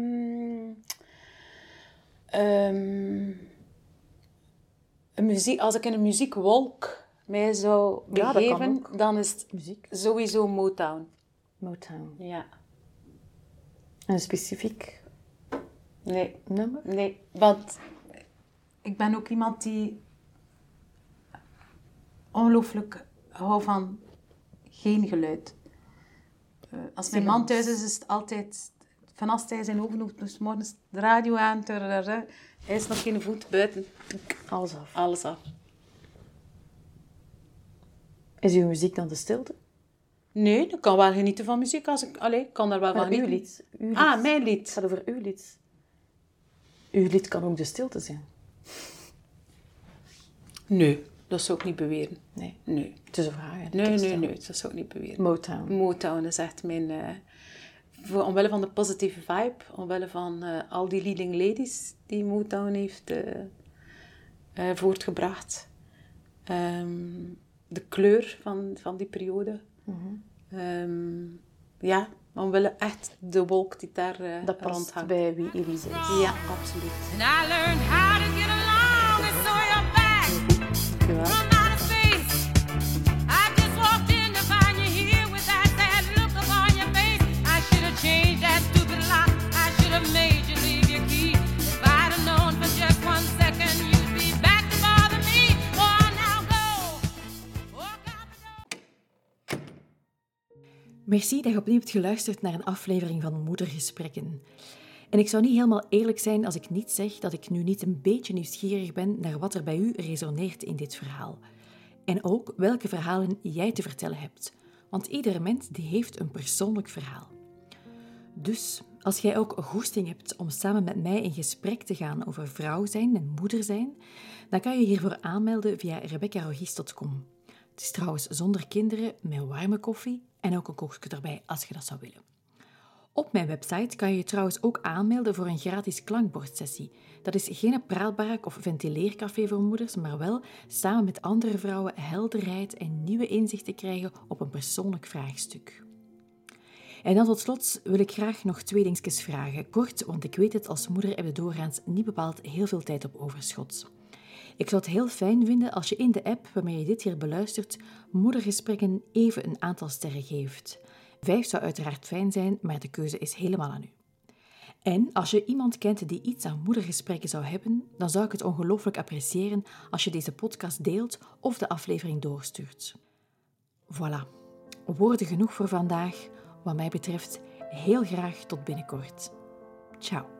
een muziek, als ik in een muziekwolk mij zou begeven, dan is het muziek. Sowieso Motown. Motown. Ja. Een specifiek nummer? Nee, want ik ben ook iemand die ongelooflijk houdt van geen geluid. Als mijn man thuis is het altijd... Van als hij zijn ogen hoeft, dus morgens de radio aan, hij is nog geen voet buiten. Alles af. Is uw muziek dan de stilte? Nee, ik kan wel genieten van muziek. Ik kan daar wel van genieten. Uw lied. Mijn lied. Het gaat over uw lied. Uw lied kan ook de stilte zijn. Nee, dat zou ik niet beweren. Nee. Het is een vraag. Nee, dat zou ik niet beweren. Motown is echt mijn... omwille van de positieve vibe, omwille van al die leading ladies die Motown heeft voortgebracht. De kleur van die periode. Omwille echt de wolk die daar dat past rondhangt. Bij wie Elise is. Ja, absoluut. And I learned how to get along and so you're back from outer space. I just walked in to find you here with that sad look upon your face. I should have changed that stupid lock. I should have made you leave your key. If I'd have known for just 1 second you'd be back to bother me. Oh, now go. Walk out the door. Merci dat je opnieuw hebt geluisterd naar een aflevering van Moedergesprekken. En ik zou niet helemaal eerlijk zijn als ik niet zeg dat ik nu niet een beetje nieuwsgierig ben naar wat er bij u resoneert in dit verhaal. En ook welke verhalen jij te vertellen hebt. Want iedere mens die heeft een persoonlijk verhaal. Dus Als jij ook goesting hebt om samen met mij in gesprek te gaan over vrouw zijn en moeder zijn, dan kan je hiervoor aanmelden via rebeccarogis.com. Het is trouwens zonder kinderen, met warme koffie en ook een koekje erbij als je dat zou willen. Op mijn website kan je je trouwens ook aanmelden voor een gratis klankbordsessie. Dat is geen praalbarak of ventileercafé voor moeders, maar wel samen met andere vrouwen helderheid en nieuwe inzichten krijgen op een persoonlijk vraagstuk. En dan tot slot wil ik graag nog 2 dingetjes vragen. Kort, want ik weet het, als moeder heb je doorgaans niet bepaald heel veel tijd op overschot. Ik zou het heel fijn vinden als je in de app waarmee je dit hier beluistert, Moedergesprekken even een aantal sterren geeft. 5 zou uiteraard fijn zijn, maar de keuze is helemaal aan u. En als je iemand kent die iets aan moedergesprekken zou hebben, dan zou ik het ongelooflijk appreciëren als je deze podcast deelt of de aflevering doorstuurt. Voilà, woorden genoeg voor vandaag. Wat mij betreft, heel graag tot binnenkort. Ciao.